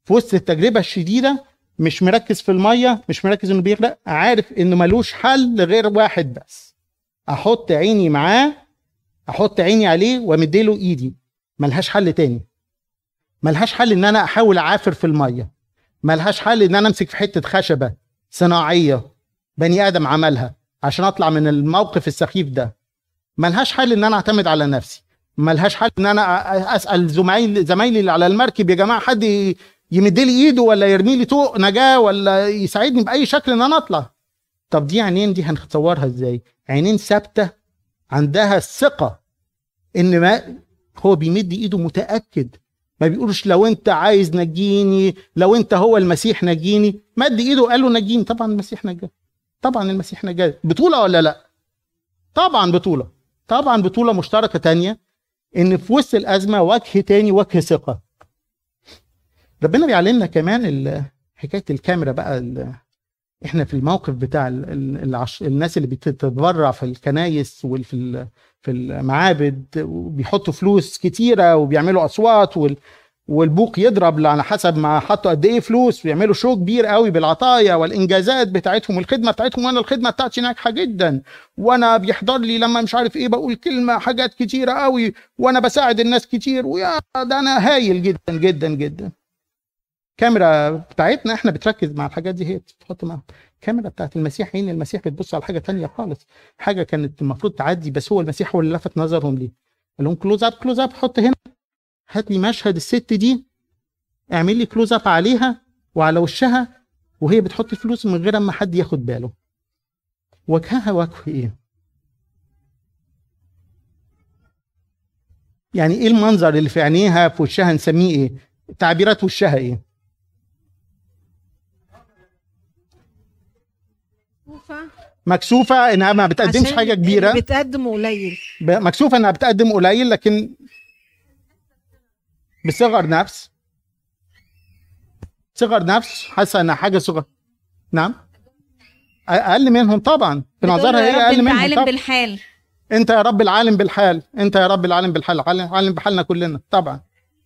في وسط التجربه الشديده مش مركز في الميه، مش مركز انه بيغرق، عارف انه ملوش حل غير واحد بس، احط عيني معاه، احط عيني عليه وامدله ايدي، ملهاش حل تاني. ملهاش حل ان انا احاول اعافر في الميه، ملهاش حل ان انا امسك في حته خشبه صناعيه بني ادم عملها عشان اطلع من الموقف السخيف ده، ملهاش حل ان انا اعتمد على نفسي، ملهاش حل ان انا اسال زمايلي زمايلي اللي على المركب يا جماعه حد يمد لي ايده ولا يرمي لي طوق نجاه ولا يساعدني باي شكل ان انا اطلع. طب دي عينين دي هنتصورها ازاي؟ عينين ثابته عندها الثقه ان ما هو بيمد ايده متاكد، ما بيقولش لو انت عايز نجيني، لو انت هو المسيح نجيني، مد ايده وقال له نجيني. طبعا المسيح نجاه، طبعا المسيح نجاه. بطوله ولا لا؟ طبعا بطوله، طبعا بطوله مشتركه تانية، ان في وسط الازمه وجه تاني، وجه ثقه. ربنا بيعلمنا كمان حكايه الكاميرا بقى. احنا في الموقف بتاع ال ال العش... الناس اللي بتتبرع في الكنايس وفي في المعابد وبيحطوا فلوس كتيره وبيعملوا اصوات وال... والبوق يضرب على حسب ما حطوا قد ايه فلوس، ويعملوا شو كبير قوي بالعطايا والانجازات بتاعتهم والخدمه بتاعتهم. وانا الخدمه بتاعتي ناجحه جدا، وانا بيحضر لي لما مش عارف ايه بقول كلمه حاجات كتيره قوي، وانا بساعد الناس كتير، ويا ده انا هايل جدا جدا جدا. الكاميرا بتاعتنا احنا بتركز مع الحاجات دي، هي بتحط معاها. الكاميرا بتاعت المسيح عين المسيح بتبص على حاجه تانية خالص، حاجه كانت المفروض تعدي، بس هو المسيح هو اللي لفت نظرهم ليه. قال لهم كلوز اب كلوز اب، حط هنا، هات لي مشهد الست دي، اعمل لي كلوز اب عليها وعلى وشها وهي بتحط فلوس من غير ما حد ياخد باله. وجهها وجه ايه؟ يعني ايه المنظر اللي في عينيها في وشها؟ نسميه ايه؟ تعبيرات وشها ايه؟ مكسوفه انها ما بتقدمش حاجه كبيره، بتقدم قليل، مكسوفه انها بتقدم قليل، لكن بصغر نفس، صغر نفس، حاسه انها حاجه صغر. نعم، اقل منهم طبعا، في نظرها هي اقل منهم. عالم بالحال، انت يا رب العالم بالحال، انت يا رب العالم بالحال، عالم بحالنا كلنا طبعا.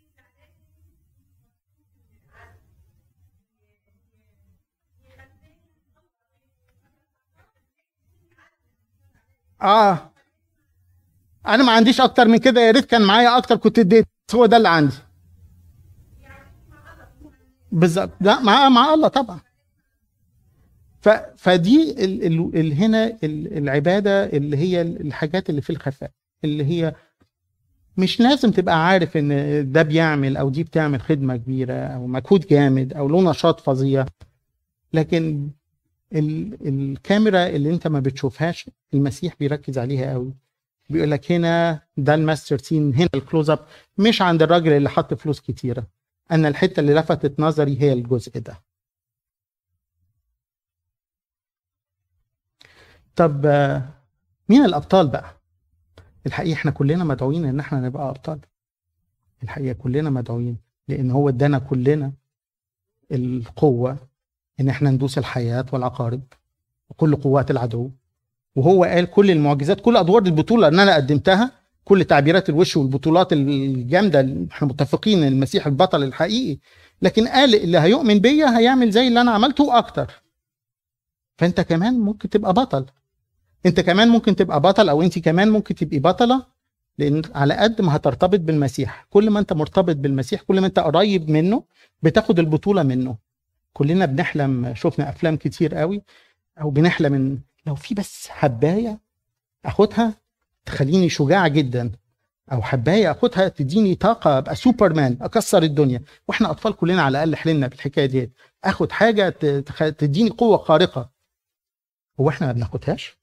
اه انا ما عنديش اكتر من كده، يا ريت كان معايا اكتر كنت اديت، هو ده اللي عندي بالظبط. لا مع مع الله طبعا. ف فدي ال ال ال هنا ال العباده اللي هي الحاجات اللي في الخفاء، اللي هي مش لازم تبقى عارف ان ده بيعمل او دي بتعمل خدمه كبيره او مجهود جامد او له نشاط فظيع، لكن ال الكاميرا اللي انت ما بتشوفهاش المسيح بيركز عليها قوي. بيقول لك هنا ده الماستر سين، هنا الكلوز اب، مش عند الراجل اللي حط فلوس كتيره. انا الحته اللي لفتت نظري هي الجزء ده. طب مين الابطال بقى؟ الحقيقه احنا كلنا مدعوين ان احنا نبقى ابطال. الحقيقه كلنا مدعوين، لان هو ادانا كلنا القوه ان احنا ندوس الحياه والعقارب وكل قوات العدو. وهو قال كل المعجزات، كل ادوار البطوله ان انا قدمتها، كل تعبيرات الوش والبطولات الجامده اللي احنا متفقين ان المسيح البطل الحقيقي، لكن قال اللي هيؤمن بيا هيعمل زي اللي انا عملته اكتر. فانت كمان ممكن تبقى بطل، انت كمان ممكن تبقى بطل، او انت كمان ممكن تبقي بطله، لان على قد ما هترتبط بالمسيح، كل ما انت مرتبط بالمسيح كل ما انت قريب منه بتاخد البطوله منه. كلنا بنحلم، شفنا افلام كتير قوي، او بنحلم ان لو في بس حبايه اخدها تخليني شجاع جدا، او حبايه اخدها تديني طاقه ابقى سوبرمان اكسر الدنيا. واحنا اطفال كلنا على الاقل حلمنا بالحكايه دي، اخد حاجه تديني قوه خارقه. هو احنا ما بناخدهاش؟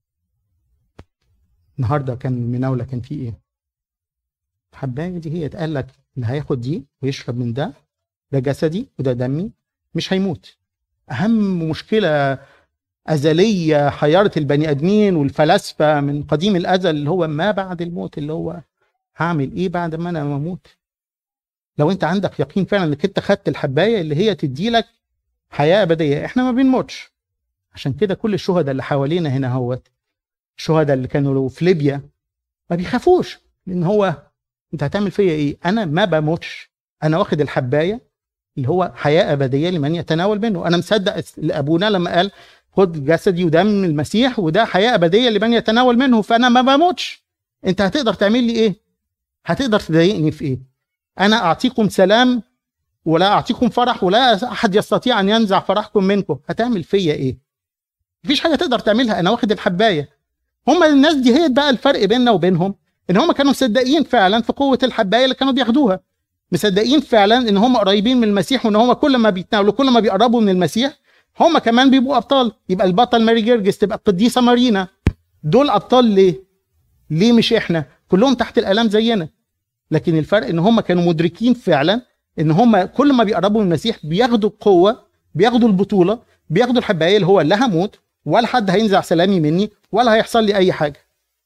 النهارده كان مناوله كان في ايه؟ الحبايه دي هي اتقال لك اللي هياخد دي ويشرب من ده، ده جسدي وده دمي، مش هيموت. اهم مشكله ازليه حيرت البني ادمين والفلاسفه من قديم الازل اللي هو ما بعد الموت، اللي هو هعمل ايه بعد ما انا اموت؟ لو انت عندك يقين فعلا انك انت خدت الحبايه اللي هي تدي لك حياه ابديه، احنا ما بنموتش. عشان كده كل الشهداء اللي حوالينا هنا هوت، الشهداء اللي كانوا في ليبيا ما بيخافوش، لان هو انت هتعمل فيا ايه؟ انا ما بموتش، انا واخد الحبايه اللي هو حياه ابديه لمن يتناول منه. انا مصدق ابونا لما قال خد جسدي ودم المسيح وده حياه ابديه لمن يتناول منه، فانا ما بموتش. انت هتقدر تعمل لي ايه؟ هتقدر تضايقني في ايه؟ انا اعطيكم سلام ولا اعطيكم فرح، ولا احد يستطيع ان ينزع فرحكم منكم. هتعمل فيا ايه؟ مفيش حاجه تقدر تعملها، انا واخد الحبايه. هم الناس دي هي بقى الفرق بيننا وبينهم، ان هم كانوا مصدقين فعلا في قوه الحبايه اللي كانوا بياخدوها، مصدقين فعلا ان هم قريبين من المسيح، وان هم كل ما بيتناولوا كل ما بيقربوا من المسيح هم كمان بيبقوا ابطال. يبقى البطل ماري جرجس، تبقى القديسه مارينا. دول ابطال ليه؟ ليه مش احنا؟ كلهم تحت الالام زينا، لكن الفرق ان هم كانوا مدركين فعلا ان هم كل ما بيقربوا من المسيح بياخدوا القوه، بياخدوا البطوله، بياخدوا الحبايه اللي هو لا هموت ولا حد هينزع سلامي مني ولا هيحصل لي اي حاجه.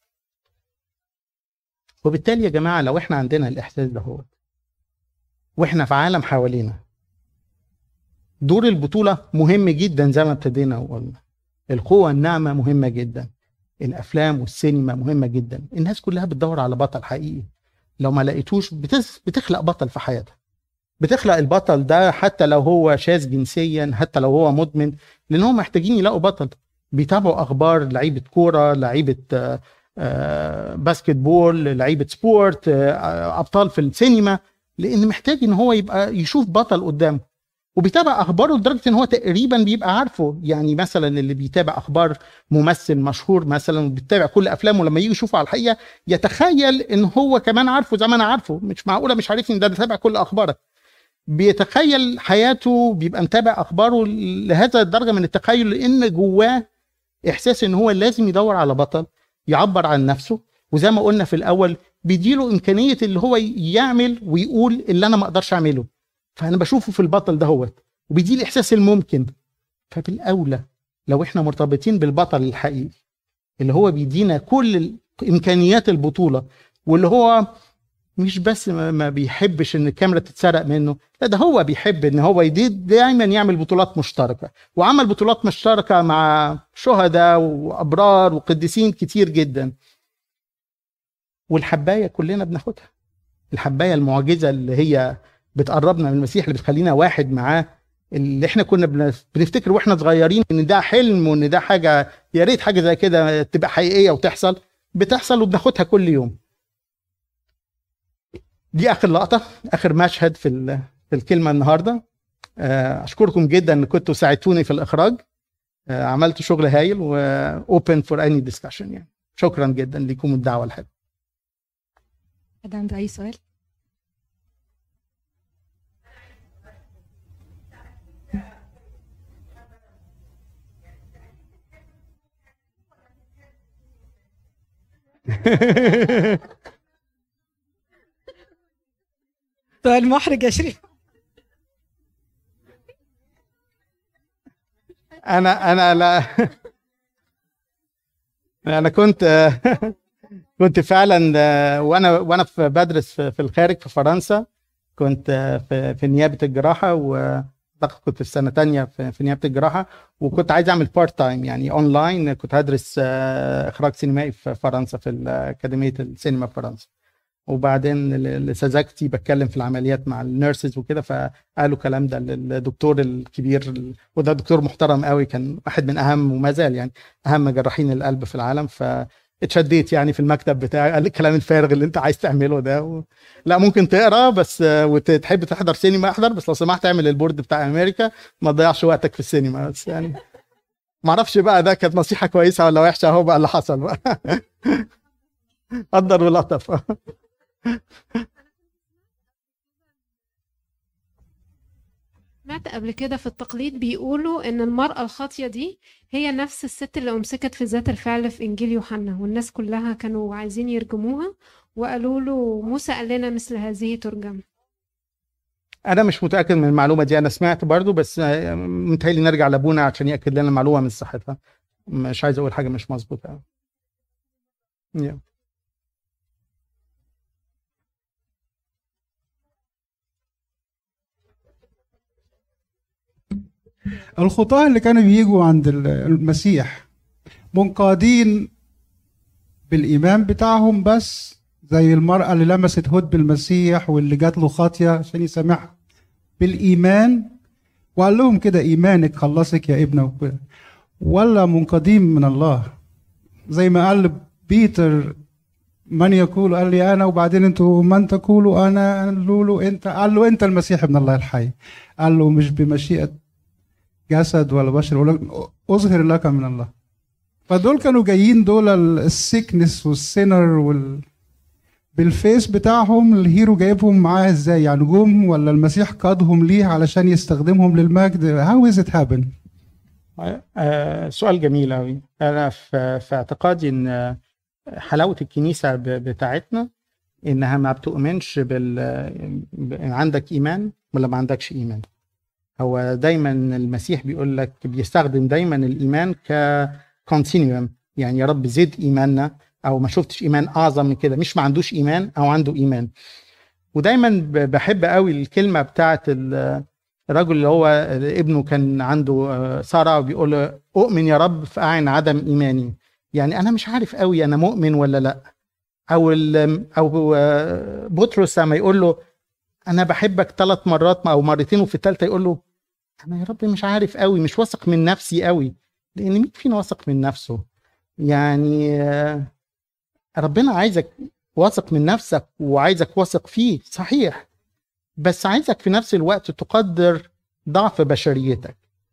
وبالتالي يا جماعه لو احنا عندنا الاحساس ده هو واحنا في عالم حوالينا، دور البطوله مهم جدا زي ما ابتدينا وقلنا. القوه الناعمه مهمه جدا، الافلام والسينما مهمه جدا. الناس كلها بتدور على بطل حقيقي، لو ما لقيتوش بتخلق بطل في حياتها. بتخلق البطل ده حتى لو هو شاذ جنسيا، حتى لو هو مدمن، لان هم محتاجين يلاقوا بطل. بيتابعوا اخبار لعيبه كوره، لعيبه باسكت بول، لعيبه سبورت، ابطال في السينما، لان محتاج ان هو يبقى يشوف بطل قدامه. وبيتابع اخباره لدرجه ان هو تقريبا بيبقى عارفه. يعني مثلا اللي بيتابع اخبار ممثل مشهور مثلا وبيتابع كل افلامه، لما يجي يشوفه على الحقيقه يتخيل ان هو كمان عارفه زي ما انا عارفه. مش معقوله مش عارفني، ان ده بيتابع كل اخبارك. بيتخيل حياته، بيبقى متابع اخباره لهذا الدرجه من التخيل، لان جواه احساس ان هو لازم يدور على بطل يعبر عن نفسه. وزي ما قلنا في الاول بيديله امكانيه اللي هو يعمل ويقول اللي انا ما اقدرش اعمله، فانا بشوفه في البطل ده هو، وبيدي لي احساس الممكن. فبالاولى لو احنا مرتبطين بالبطل الحقيقي اللي هو بيدينا كل امكانيات البطوله، واللي هو مش بس ما بيحبش ان الكاميرا تتسرق منه، لا ده هو بيحب ان هو دايما يعمل بطولات مشتركه، وعمل بطولات مشتركه مع شهداء وابرار وقديسين كتير جدا. والحبايه كلنا بناخدها، الحبايه المعجزه اللي هي بتقربنا من المسيح، اللي بتخلينا واحد معاه، اللي احنا كنا بنفتكر واحنا صغيرين ان ده حلم وان ده حاجه يا ريت حاجه زي كده تبقى حقيقيه وتحصل، بتحصل وبناخدها كل يوم. دي اخر لقطه، اخر مشهد في في الكلمه النهارده. اشكركم جدا ان كنتوا ساعدتوني في الاخراج، عملتوا شغل هايل و open for any discussion. يعني شكرا جدا لكم الدعوه الحلوه. حد عنده اي سؤال؟ سؤال محرج يا شريف. انا انا لا انا كنت كنت فعلا وانا وانا في بدرس في الخارج في فرنسا، كنت في في نيابه الجراحه، و كنت في سنه تانية في, في نيابه الجراحه، وكنت عايز اعمل بارت تايم يعني اونلاين. كنت هدرس اخراج سينمائي في فرنسا في اكاديميه السينما في فرنسا. وبعدين لسذاجتي بتكلم في العمليات مع النيرسز وكده، فقالوا الكلام ده للدكتور الكبير، وده دكتور محترم قوي، كان واحد من اهم وما زال يعني اهم جراحين القلب في العالم. فاتشديت يعني في المكتب بتاعي، قال لي الكلام الفارغ اللي انت عايز تعمله ده و... لا ممكن تقرا بس وتحب تحضر سينما احضر، بس لو سمحت اعمل البورد بتاع امريكا، ما تضيعش وقتك في السينما. بس يعني ما اعرفش بقى ده كانت نصيحه كويسه ولا وحشه، اهو بقى اللي حصل بقى. قدر ولطف. سمعت قبل كده في التقليد بيقولوا ان المرأة الخاطية دي هي نفس الست اللي امسكت في ذات الفعل في انجيل يوحنا، والناس كلها كانوا عايزين يرجموها، وقالوا له موسى قال لنا مثل هذه ترجم. انا مش متاكد من المعلومه دي، انا سمعت برضو بس متهيألي نرجع لابونا عشان ياكد لنا المعلومه من صحتها. مش عايز اقول حاجه مش مظبوطه. yeah. الخطاة اللي كانوا بيجوا عند المسيح منقادين بالإيمان بتاعهم بس، زي المرأة اللي لمست هد بالمسيح واللي جات له خاطية عشان يسامحها، بالايمان وقال لهم كده ايمانك خلصك يا ابنه وكده، ولا منقذين من الله زي ما قال بيتر من يقول قال لي انا، وبعدين انتوا من تقولوا انا، قالوا له انت، قال له انت المسيح ابن الله الحي، قال له مش بمشيئه جسد ولا بشر ولكن اظهر لك من الله. فدول كانوا جايين، دول السيكنس والسينر وال بالفيس بتاعهم، الهيرو جايبهم معاه ازاي؟ يعني جم ولا المسيح قادهم ليه علشان يستخدمهم للمجد؟ how is it happen؟ آه سؤال جميل قوي. انا في, في اعتقادي ان حلاوه الكنيسه بتاعتنا انها ما بتؤمنش بال عندك ايمان ولا ما عندكش ايمان. هو دايما المسيح بيقول لك، بيستخدم دايما الايمان ك continuum، يعني يا رب زد ايماننا، او ما شفتش ايمان اعظم من كده، مش ما عندوش ايمان او عنده ايمان. ودايما بحب قوي الكلمه بتاعت الرجل اللي هو ابنه كان عنده ساره، وبيقول له اؤمن يا رب فاعن عدم ايماني. يعني انا مش عارف قوي انا مؤمن ولا لا. او او بطرس لما يقول له انا بحبك ثلاث مرات او مرتين، وفي الثالثه يقول له انا يا رب مش عارف قوي، مش واثق من نفسي قوي. لان مين فينا واثق من نفسه؟ يعني ربنا عايزك واثق من نفسك وعايزك واثق فيه صحيح، بس عايزك في نفس الوقت تقدر ضعف بشريتك،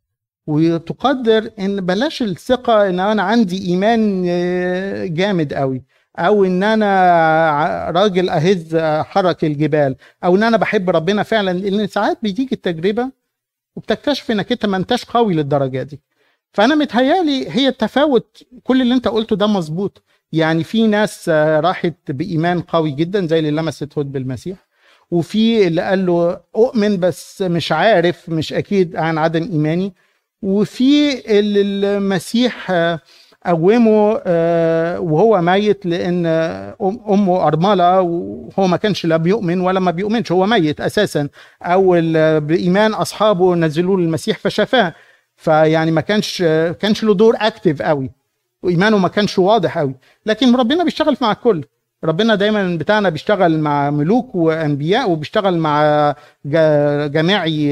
وتقدر ان بلاش الثقة ان انا عندي ايمان جامد قوي، او ان انا راجل اهز حرك الجبال، او ان انا بحب ربنا فعلا. لان ساعات بيجيك التجربة وبتكتشف انك انت ما انتش قوي للدرجة دي. فانا متهيالي هي التفاوت، كل اللي انت قلته ده مظبوط. يعني في ناس راحت بإيمان قوي جدا زي اللي لمست هود بالمسيح، وفي اللي قال له أؤمن بس مش عارف، مش أكيد عن عدم إيماني، وفي اللي المسيح قومه وهو ميت لأن أمه أرملة، وهو ما كانش لا بيؤمن ولا ما بيؤمنش، هو ميت أساسا. أو بإيمان أصحابه نزلوا المسيح فشفاه. فيعني ما كانش كانش له دور اكتيف قوي، وايمانه ما كانش واضح قوي. لكن ربنا بيشتغل مع الكل. ربنا دايما بتاعنا بيشتغل مع ملوك وانبياء، وبيشتغل مع جماعي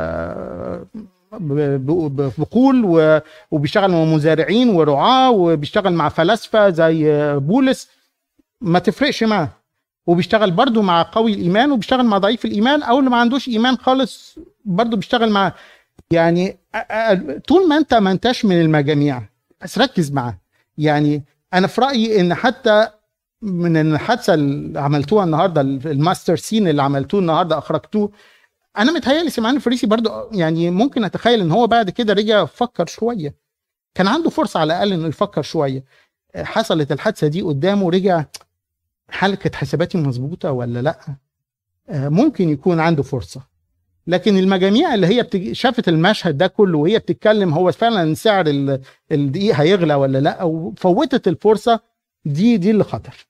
بقول، وبيشتغل مع مزارعين ورعاة، وبيشتغل مع فلاسفة زي بولس، ما تفرقش معاه. وبيشتغل برضو مع قوي الايمان، وبيشتغل مع ضعيف الايمان، او اللي ما عندوش ايمان خالص برضو بيشتغل معاه. يعني طول ما انت ما انتش من المجاميع بس ركز معاه. يعني انا في رايي ان حتى من الحادثه اللي عملتوها النهارده، الماستر سين اللي عملتوه النهارده اخرجتوه، انا متهيألي سمعان الفريسي برضو يعني ممكن اتخيل ان هو بعد كده رجع فكر شويه، كان عنده فرصه على الاقل انه يفكر شويه. حصلت الحادثه دي قدامه، رجع حلقه حساباتي مظبوطه ولا لا؟ ممكن يكون عنده فرصه. لكن المجاميع اللي هي بتج... شافت المشهد ده كله وهي بتتكلم هو فعلا سعر الدقيق هيغلى ولا لا، او فوتت الفرصه دي دي اللي خطر.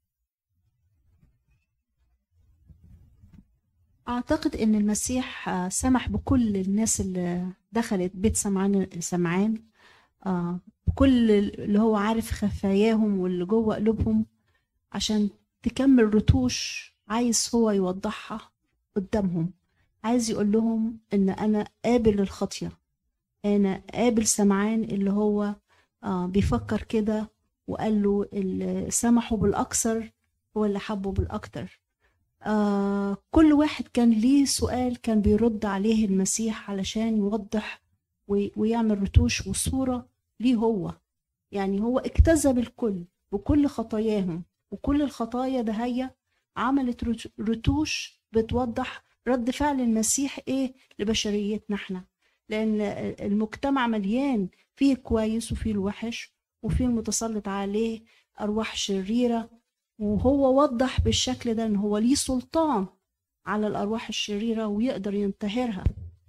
اعتقد ان المسيح سمح بكل الناس اللي دخلت بيت سمعان سمعان بكل اللي هو عارف خفاياهم واللي جوه قلوبهم، عشان تكمل رتوش عايز هو يوضحها قدامهم. عايز يقول لهم ان انا قابل للخطيه، انا قابل سمعان اللي هو آه بيفكر كده، وقال له اللي سمحوا بالاكثر هو اللي حبوا بالاكتر. آه كل واحد كان ليه سؤال كان بيرد عليه المسيح علشان يوضح ويعمل رتوش وصورة ليه هو. يعني هو اجتذب الكل بكل خطاياهم، وكل الخطايا ده هي عملت رتوش بتوضح رد فعل المسيح ايه لبشريتنا احنا. لان المجتمع مليان فيه كويس وفيه الوحش، وفيه المتسلط عليه ارواح شريرة، وهو وضح بالشكل ده ان هو ليه سلطان على الارواح الشريرة ويقدر ينتهرها.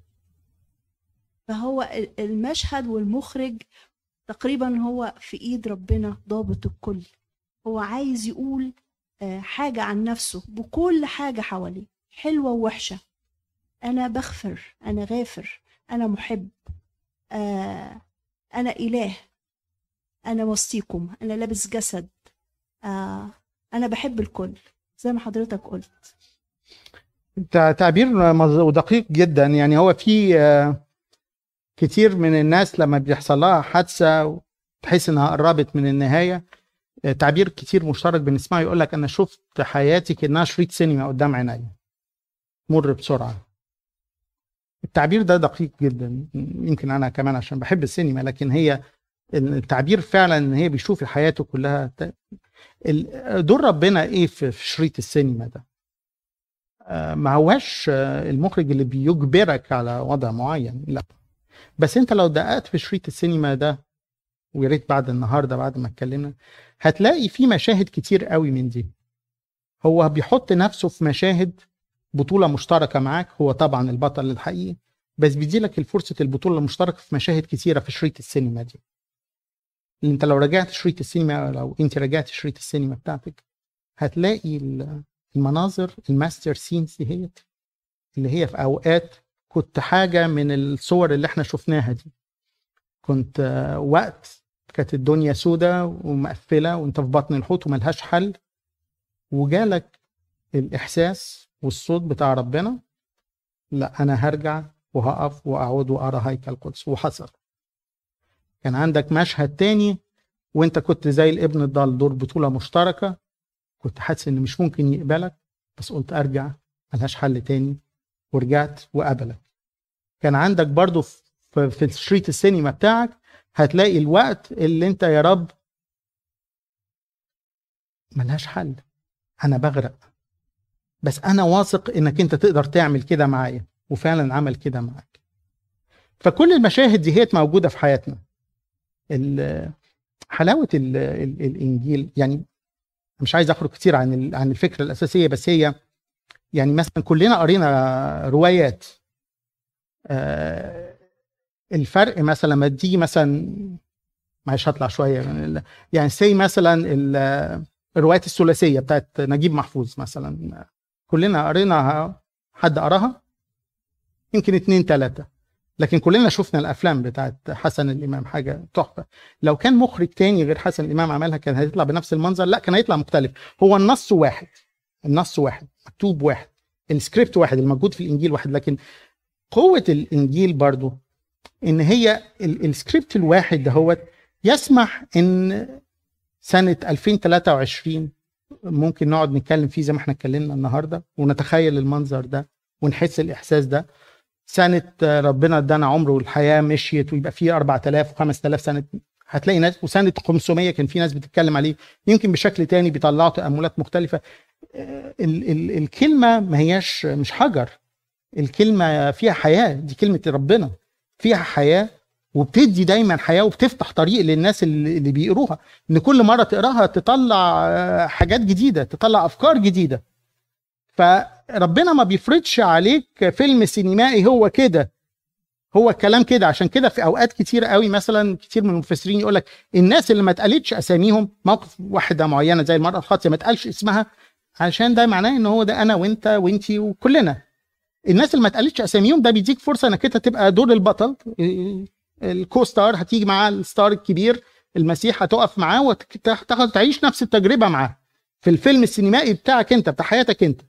فهو المشهد والمخرج تقريبا هو في ايد ربنا ضابط الكل. هو عايز يقول حاجة عن نفسه بكل حاجة حواليه، حلوة ووحشة. أنا بغفر، أنا غافر، أنا محب، آه أنا إله، أنا وسطيكم، أنا لابس جسد، آه أنا بحب الكل زي ما حضرتك قلت. تع- تعبير مز- دقيق جدا. يعني هو في آه، كتير من الناس لما بيحصل لها حادثه تحس انها قربت من النهايه، آه، تعبير كتير مشترك بنسمعه يقول لك انا شفت حياتي كانها شريط سينما قدام عيني مر بسرعه. التعبير ده دقيق جدا، يمكن انا كمان عشان بحب السينما، لكن هي التعبير فعلا ان هي بيشوف حياته كلها. ت- ال- دور ربنا ايه في في شريط السينما ده؟ آه، ما هواش آه، المخرج اللي بيجبرك على وضع معين، لا. بس انت لو دققت في شريط السينما ده، ويا ريت بعد النهارده بعد ما اتكلمنا، هتلاقي في مشاهد كتير قوي من دي. هو بيحط نفسه في مشاهد بطولة مشتركة معاك، هو طبعا البطل الحقيقي، بس بيديلك الفرصة البطولة المشتركة في مشاهد كتيرة في شريط السينما دي. اللي انت لو رجعت شريط السينما، لو انت رجعت شريط السينما بتاعتك، هتلاقي ال- المناظر الماستر سينز دي هي اللي هي في اوقات كنت حاجة من الصور اللي احنا شفناها دي. كنت آه، وقت كانت الدنيا سودة ومقفلة وانت في بطن الحوت وملهاش حل، وجالك الإحساس والصوت بتاع ربنا، لا أنا هرجع وهقف وأعود وأرى هيكل القدس، وحصل. كان عندك مشهد تاني وانت كنت زي الابن الضال، دور بطولة مشتركة، كنت حاسس ان مش ممكن يقبلك، بس قلت ارجع ملهاش حل تاني، ورجعت وقبلك. كان عندك برضو في في شريط السينما بتاعك هتلاقي الوقت اللي انت يا رب ملهاش حل، انا بغرق، بس انا واثق انك انت تقدر تعمل كده معايا، وفعلا عمل كده معاك. فكل المشاهد دي هي موجودة في حياتنا. ال- حلاوة ال ال الانجيل، يعني مش عايز اخرج كتير عن ال- عن الفكرة الاساسية، بس هي يعني مثلا كلنا قرينا روايات. آه، الفرق مثلا لما تيجي مثلا، معلش هطلع شويه يعني يعني سي مثلا ال- الروايات الثلاثيه بتاعت نجيب محفوظ مثلا، كلنا قريناها، حد قراها يمكن اتنين تلاته، لكن كلنا شفنا الافلام بتاعت حسن الامام، حاجه تحفه. لو كان مخرج تاني غير حسن الامام عملها كان هيطلع بنفس المنظر؟ لا، كان هيطلع مختلف. هو النص واحد، النص واحد، مكتوب واحد، السكريبت واحد، الموجود في الانجيل واحد، لكن قوه الانجيل برضو ان هي ال- السكريبت الواحد دهوت يسمح ان سنه ألفين وثلاثة وعشرين ممكن نقعد نتكلم فيه زي ما احنا اتكلمنا النهارده، ونتخيل المنظر ده ونحس الاحساس ده. سنه ربنا ادانا عمر والحياه مشيت ويبقى فيه أربعة آلاف وخمسة آلاف سنه، هتلاقي ناس، وسنه خمسمية كان في ناس بتتكلم عليه يمكن بشكل تاني، بيطلعوا تاملات مختلفه. ال ال الكلمه ما هياش مش حجر، الكلمه فيها حياه، دي كلمه ربنا فيها حياه، وبتدي دايما حياه، وبتفتح طريق للناس اللي اللي بيقروها، ان كل مره تقراها تطلع آه، حاجات جديده، تطلع افكار جديده. فربنا ما بيفرضش عليك فيلم سينمائي هو كده، هو الكلام كده. عشان كده في اوقات كتير قوي مثلا كتير من المفسرين يقول لك الناس اللي ما اتقالتش اساميهم، موقف واحده معينه زي المراه الخاطئه ما اتقالش اسمها، علشان ده معناه ان هو ده انا وانت وانتي وكلنا. الناس اللي ما اتقالتش اساميهم ده بيديك فرصه انك انت تبقى دور البطل، الكو ستار، هتيجي معاه الستار الكبير المسيح، هتقف معاه وتاخد تعيش نفس التجربه معاه في الفيلم السينمائي بتاعك انت، بتاع حياتك انت.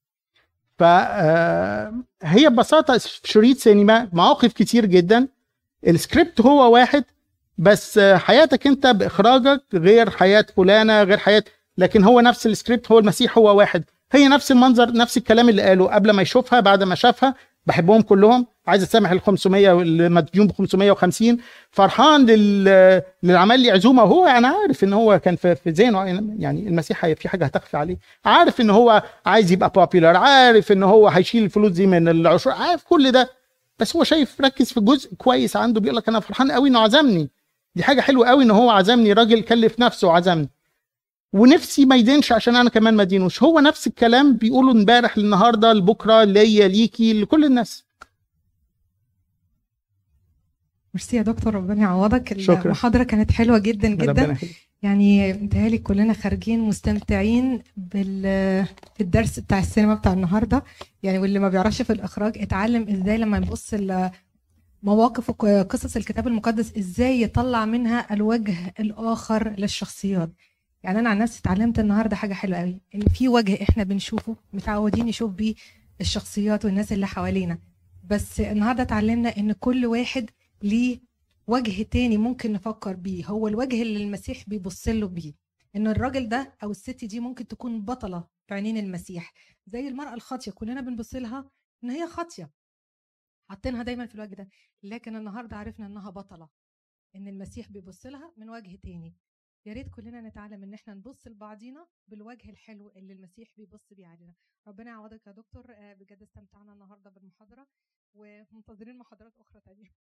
فهي ببساطه شريط سينما، مواقف كتير جدا، السكريبت هو واحد، بس حياتك انت باخراجك غير حياه فلانه غير حياه، لكن هو نفس السكريبت، هو المسيح هو واحد، هي نفس المنظر، نفس الكلام اللي قاله قبل ما يشوفها، بعد ما شافها، بحبهم كلهم، عايز اسامح ال خمسمية واللي مديون ب خمسمية وخمسين، فرحان لل للعمل لي عزومه، وهو انا عارف ان هو كان في في ذهنه يعني المسيح في حاجه هتخفي عليه، عارف ان هو عايز يبقى بوبيلر، عارف ان هو هيشيل الفلوس دي من العشور، عارف كل ده، بس هو شايف ركز في جزء كويس عنده، بيقول لك انا فرحان قوي انه عزمني، دي حاجه حلوه قوي ان هو عزمني، راجل كلف نفسه وعزمني، ونفسي ما يدينش عشان انا كمان ما ادينوش. هو نفس الكلام بيقوله امبارح للنهارده لبكره ليا ليكي لكل الناس. ميرسي يا دكتور، ربنا يعوضك. شكرا. المحاضرة كانت حلوة جدا ربنا جدا، يخليك. يعني متهيألي كلنا خارجين مستمتعين بال في الدرس بتاع السينما بتاع النهارده، يعني واللي ما بيعرفش في الإخراج اتعلم ازاي لما يبص مواقف وقصص الكتاب المقدس ازاي يطلع منها الوجه الآخر للشخصيات. يعني أنا عن نفسي اتعلمت النهارده حاجة حلوة قوي، إن في وجه إحنا بنشوفه متعودين نشوف بيه الشخصيات والناس اللي حوالينا، بس النهارده اتعلمنا ان كل واحد ليه وجه تاني ممكن نفكر بيه، هو الوجه اللي المسيح بيبص له بيه، ان الراجل ده او الست دي ممكن تكون بطله في عينين المسيح، زي المراه الخاطيه كلنا بنبص لها ان هي خاطيه، حاطينها دايما في الوجه ده، لكن النهارده عرفنا انها بطله، ان المسيح بيبص لها من وجه تاني. يا ريت كلنا نتعلم ان احنا نبص لبعضينا بالوجه الحلو اللي المسيح بيبص بيه علينا. ربنا يعوضك يا دكتور، بجد استمتعنا النهارده بالمحاضره ومنتظرين محاضرات اخرى تانية.